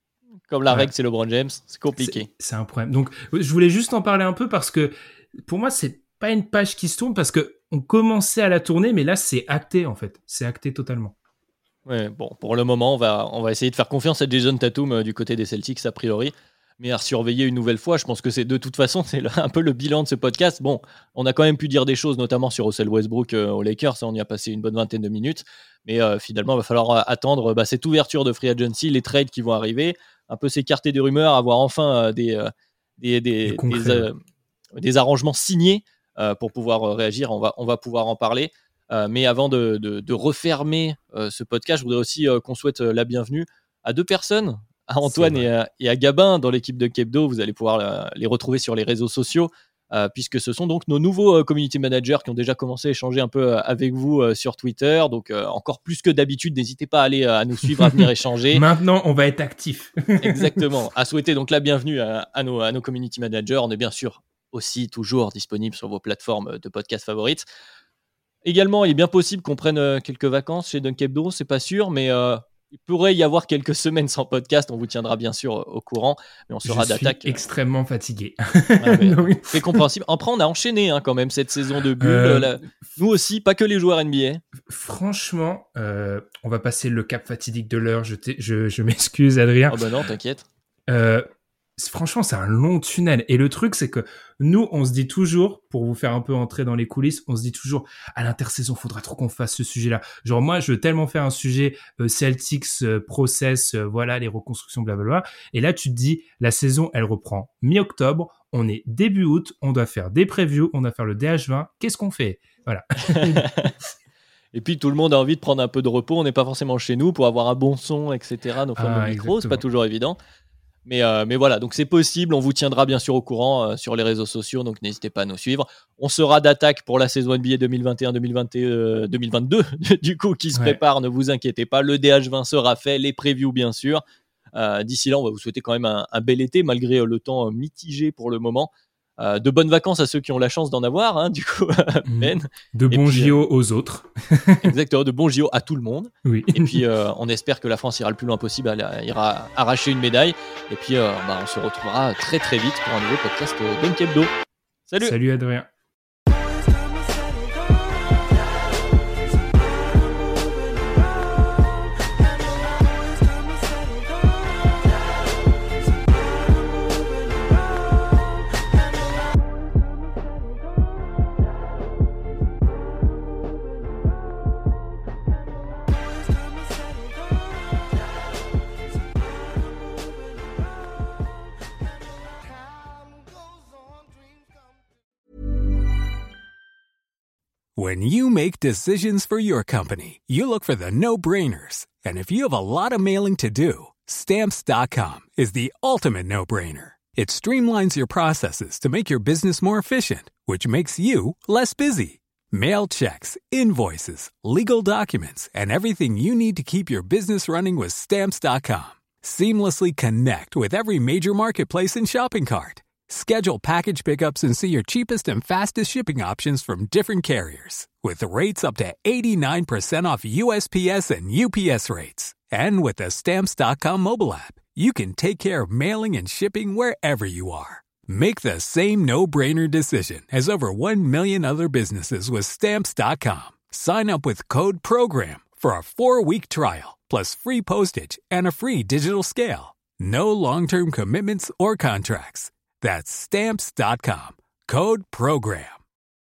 Comme la Ouais. règle, c'est LeBron James, c'est compliqué. C'est, c'est un problème. Donc, je voulais juste en parler un peu parce que pour moi, c'est pas une page qui se tourne parce que on commençait à la tourner, mais là, c'est acté en fait. C'est acté totalement. Ouais, bon, pour le moment, on va, on va essayer de faire confiance à Jason Tatum euh, du côté des Celtics, a priori. Mais à surveiller une nouvelle fois, je pense que c'est de toute façon, c'est le- un peu le bilan de ce podcast. Bon, on a quand même pu dire des choses, notamment sur Russell Westbrook euh, aux Lakers. On y a passé une bonne vingtaine de minutes. Mais euh, finalement, il va falloir euh, attendre bah, cette ouverture de free agency, les trades qui vont arriver, un peu s'écarter des rumeurs, avoir enfin euh, des, euh, des, des, Du concret, des, euh, des arrangements signés euh, pour pouvoir euh, réagir. On va, on va pouvoir en parler. Euh, mais avant de, de, de refermer euh, ce podcast, je voudrais aussi euh, qu'on souhaite euh, la bienvenue à deux personnes, à Antoine et à, et à Gabin dans l'équipe de Kebdo. Vous allez pouvoir euh, les retrouver sur les réseaux sociaux, euh, puisque ce sont donc nos nouveaux euh, community managers qui ont déjà commencé à échanger un peu euh, avec vous euh, sur Twitter. Donc euh, encore plus que d'habitude, n'hésitez pas à aller euh, à nous suivre, à venir échanger. Maintenant, on va être actif. Exactement. À souhaiter donc la bienvenue à, à, nos, à nos community managers. On est bien sûr aussi toujours disponible sur vos plateformes de podcast favorites. Également, il est bien possible qu'on prenne euh, quelques vacances chez Dunk Hebdo, c'est pas sûr, mais euh, il pourrait y avoir quelques semaines sans podcast. On vous tiendra bien sûr au courant, mais on sera je d'attaque. suis extrêmement fatigué. Ouais, mais Donc, c'est compréhensible. Après, on a enchaîné hein, quand même cette saison de bulle. Euh, là. Nous aussi, pas que les joueurs N B A. franchement, euh, on va passer le cap fatidique de l'heure. Je, t'ai- je, je m'excuse, Adrien. Oh bah non, t'inquiète. Euh, c'est- franchement, c'est un long tunnel. Et le truc, c'est que nous, on se dit toujours, pour vous faire un peu entrer dans les coulisses, on se dit toujours, à l'intersaison, faudra trop qu'on fasse ce sujet-là. Genre, moi, je veux tellement faire un sujet euh, Celtics, euh, process, euh, voilà, les reconstructions, blablabla. Et là, tu te dis, la saison, elle reprend mi-octobre. On est début août. On doit faire des previews. On doit faire le D H vingt. Qu'est-ce qu'on fait? Voilà. Et puis tout le monde a envie de prendre un peu de repos. On n'est pas forcément chez nous pour avoir un bon son, et cetera. Nos fameux Ah, micros, c'est pas exactement. toujours évident. Mais, euh, mais voilà, donc c'est possible. On vous tiendra bien sûr au courant euh, sur les réseaux sociaux, donc n'hésitez pas à nous suivre. On sera d'attaque pour la saison N B A deux mille vingt et un deux mille vingt et un, euh, deux mille vingt-deux, du coup, qui se Ouais. prépare. Ne vous inquiétez pas. Le D H vingt sera fait, les previews bien sûr. Euh, d'ici là, on va vous souhaiter quand même un, un bel été, malgré euh, le temps euh, mitigé pour le moment. Euh, de bonnes vacances à ceux qui ont la chance d'en avoir, hein, du coup, Ben. De Et bons puis, J O aux autres. Exactement, de bons J O à tout le monde. Oui. Et puis, euh, on espère que la France ira le plus loin possible, elle ira arracher une médaille. Et puis, euh, bah, on se retrouvera très très vite pour un nouveau podcast de Dunk Hebdo. Salut. Salut, Adrien. When you make decisions for your company, you look for the no-brainers. And if you have a lot of mailing to do, Stamps dot com is the ultimate no-brainer. It streamlines your processes to make your business more efficient, which makes you less busy. Mail checks, invoices, legal documents, and everything you need to keep your business running with Stamps dot com. Seamlessly connect with every major marketplace and shopping cart. Schedule package pickups and see your cheapest and fastest shipping options from different carriers. With rates up to eighty-nine percent off U S P S and U P S rates. And with the Stamps dot com mobile app, you can take care of mailing and shipping wherever you are. Make the same no-brainer decision as over one million other businesses with Stamps dot com. Sign up with code PROGRAM for a four-week trial, plus free postage and a free digital scale. No long-term commitments or contracts. That's Stamps dot com. Code PROGRAM.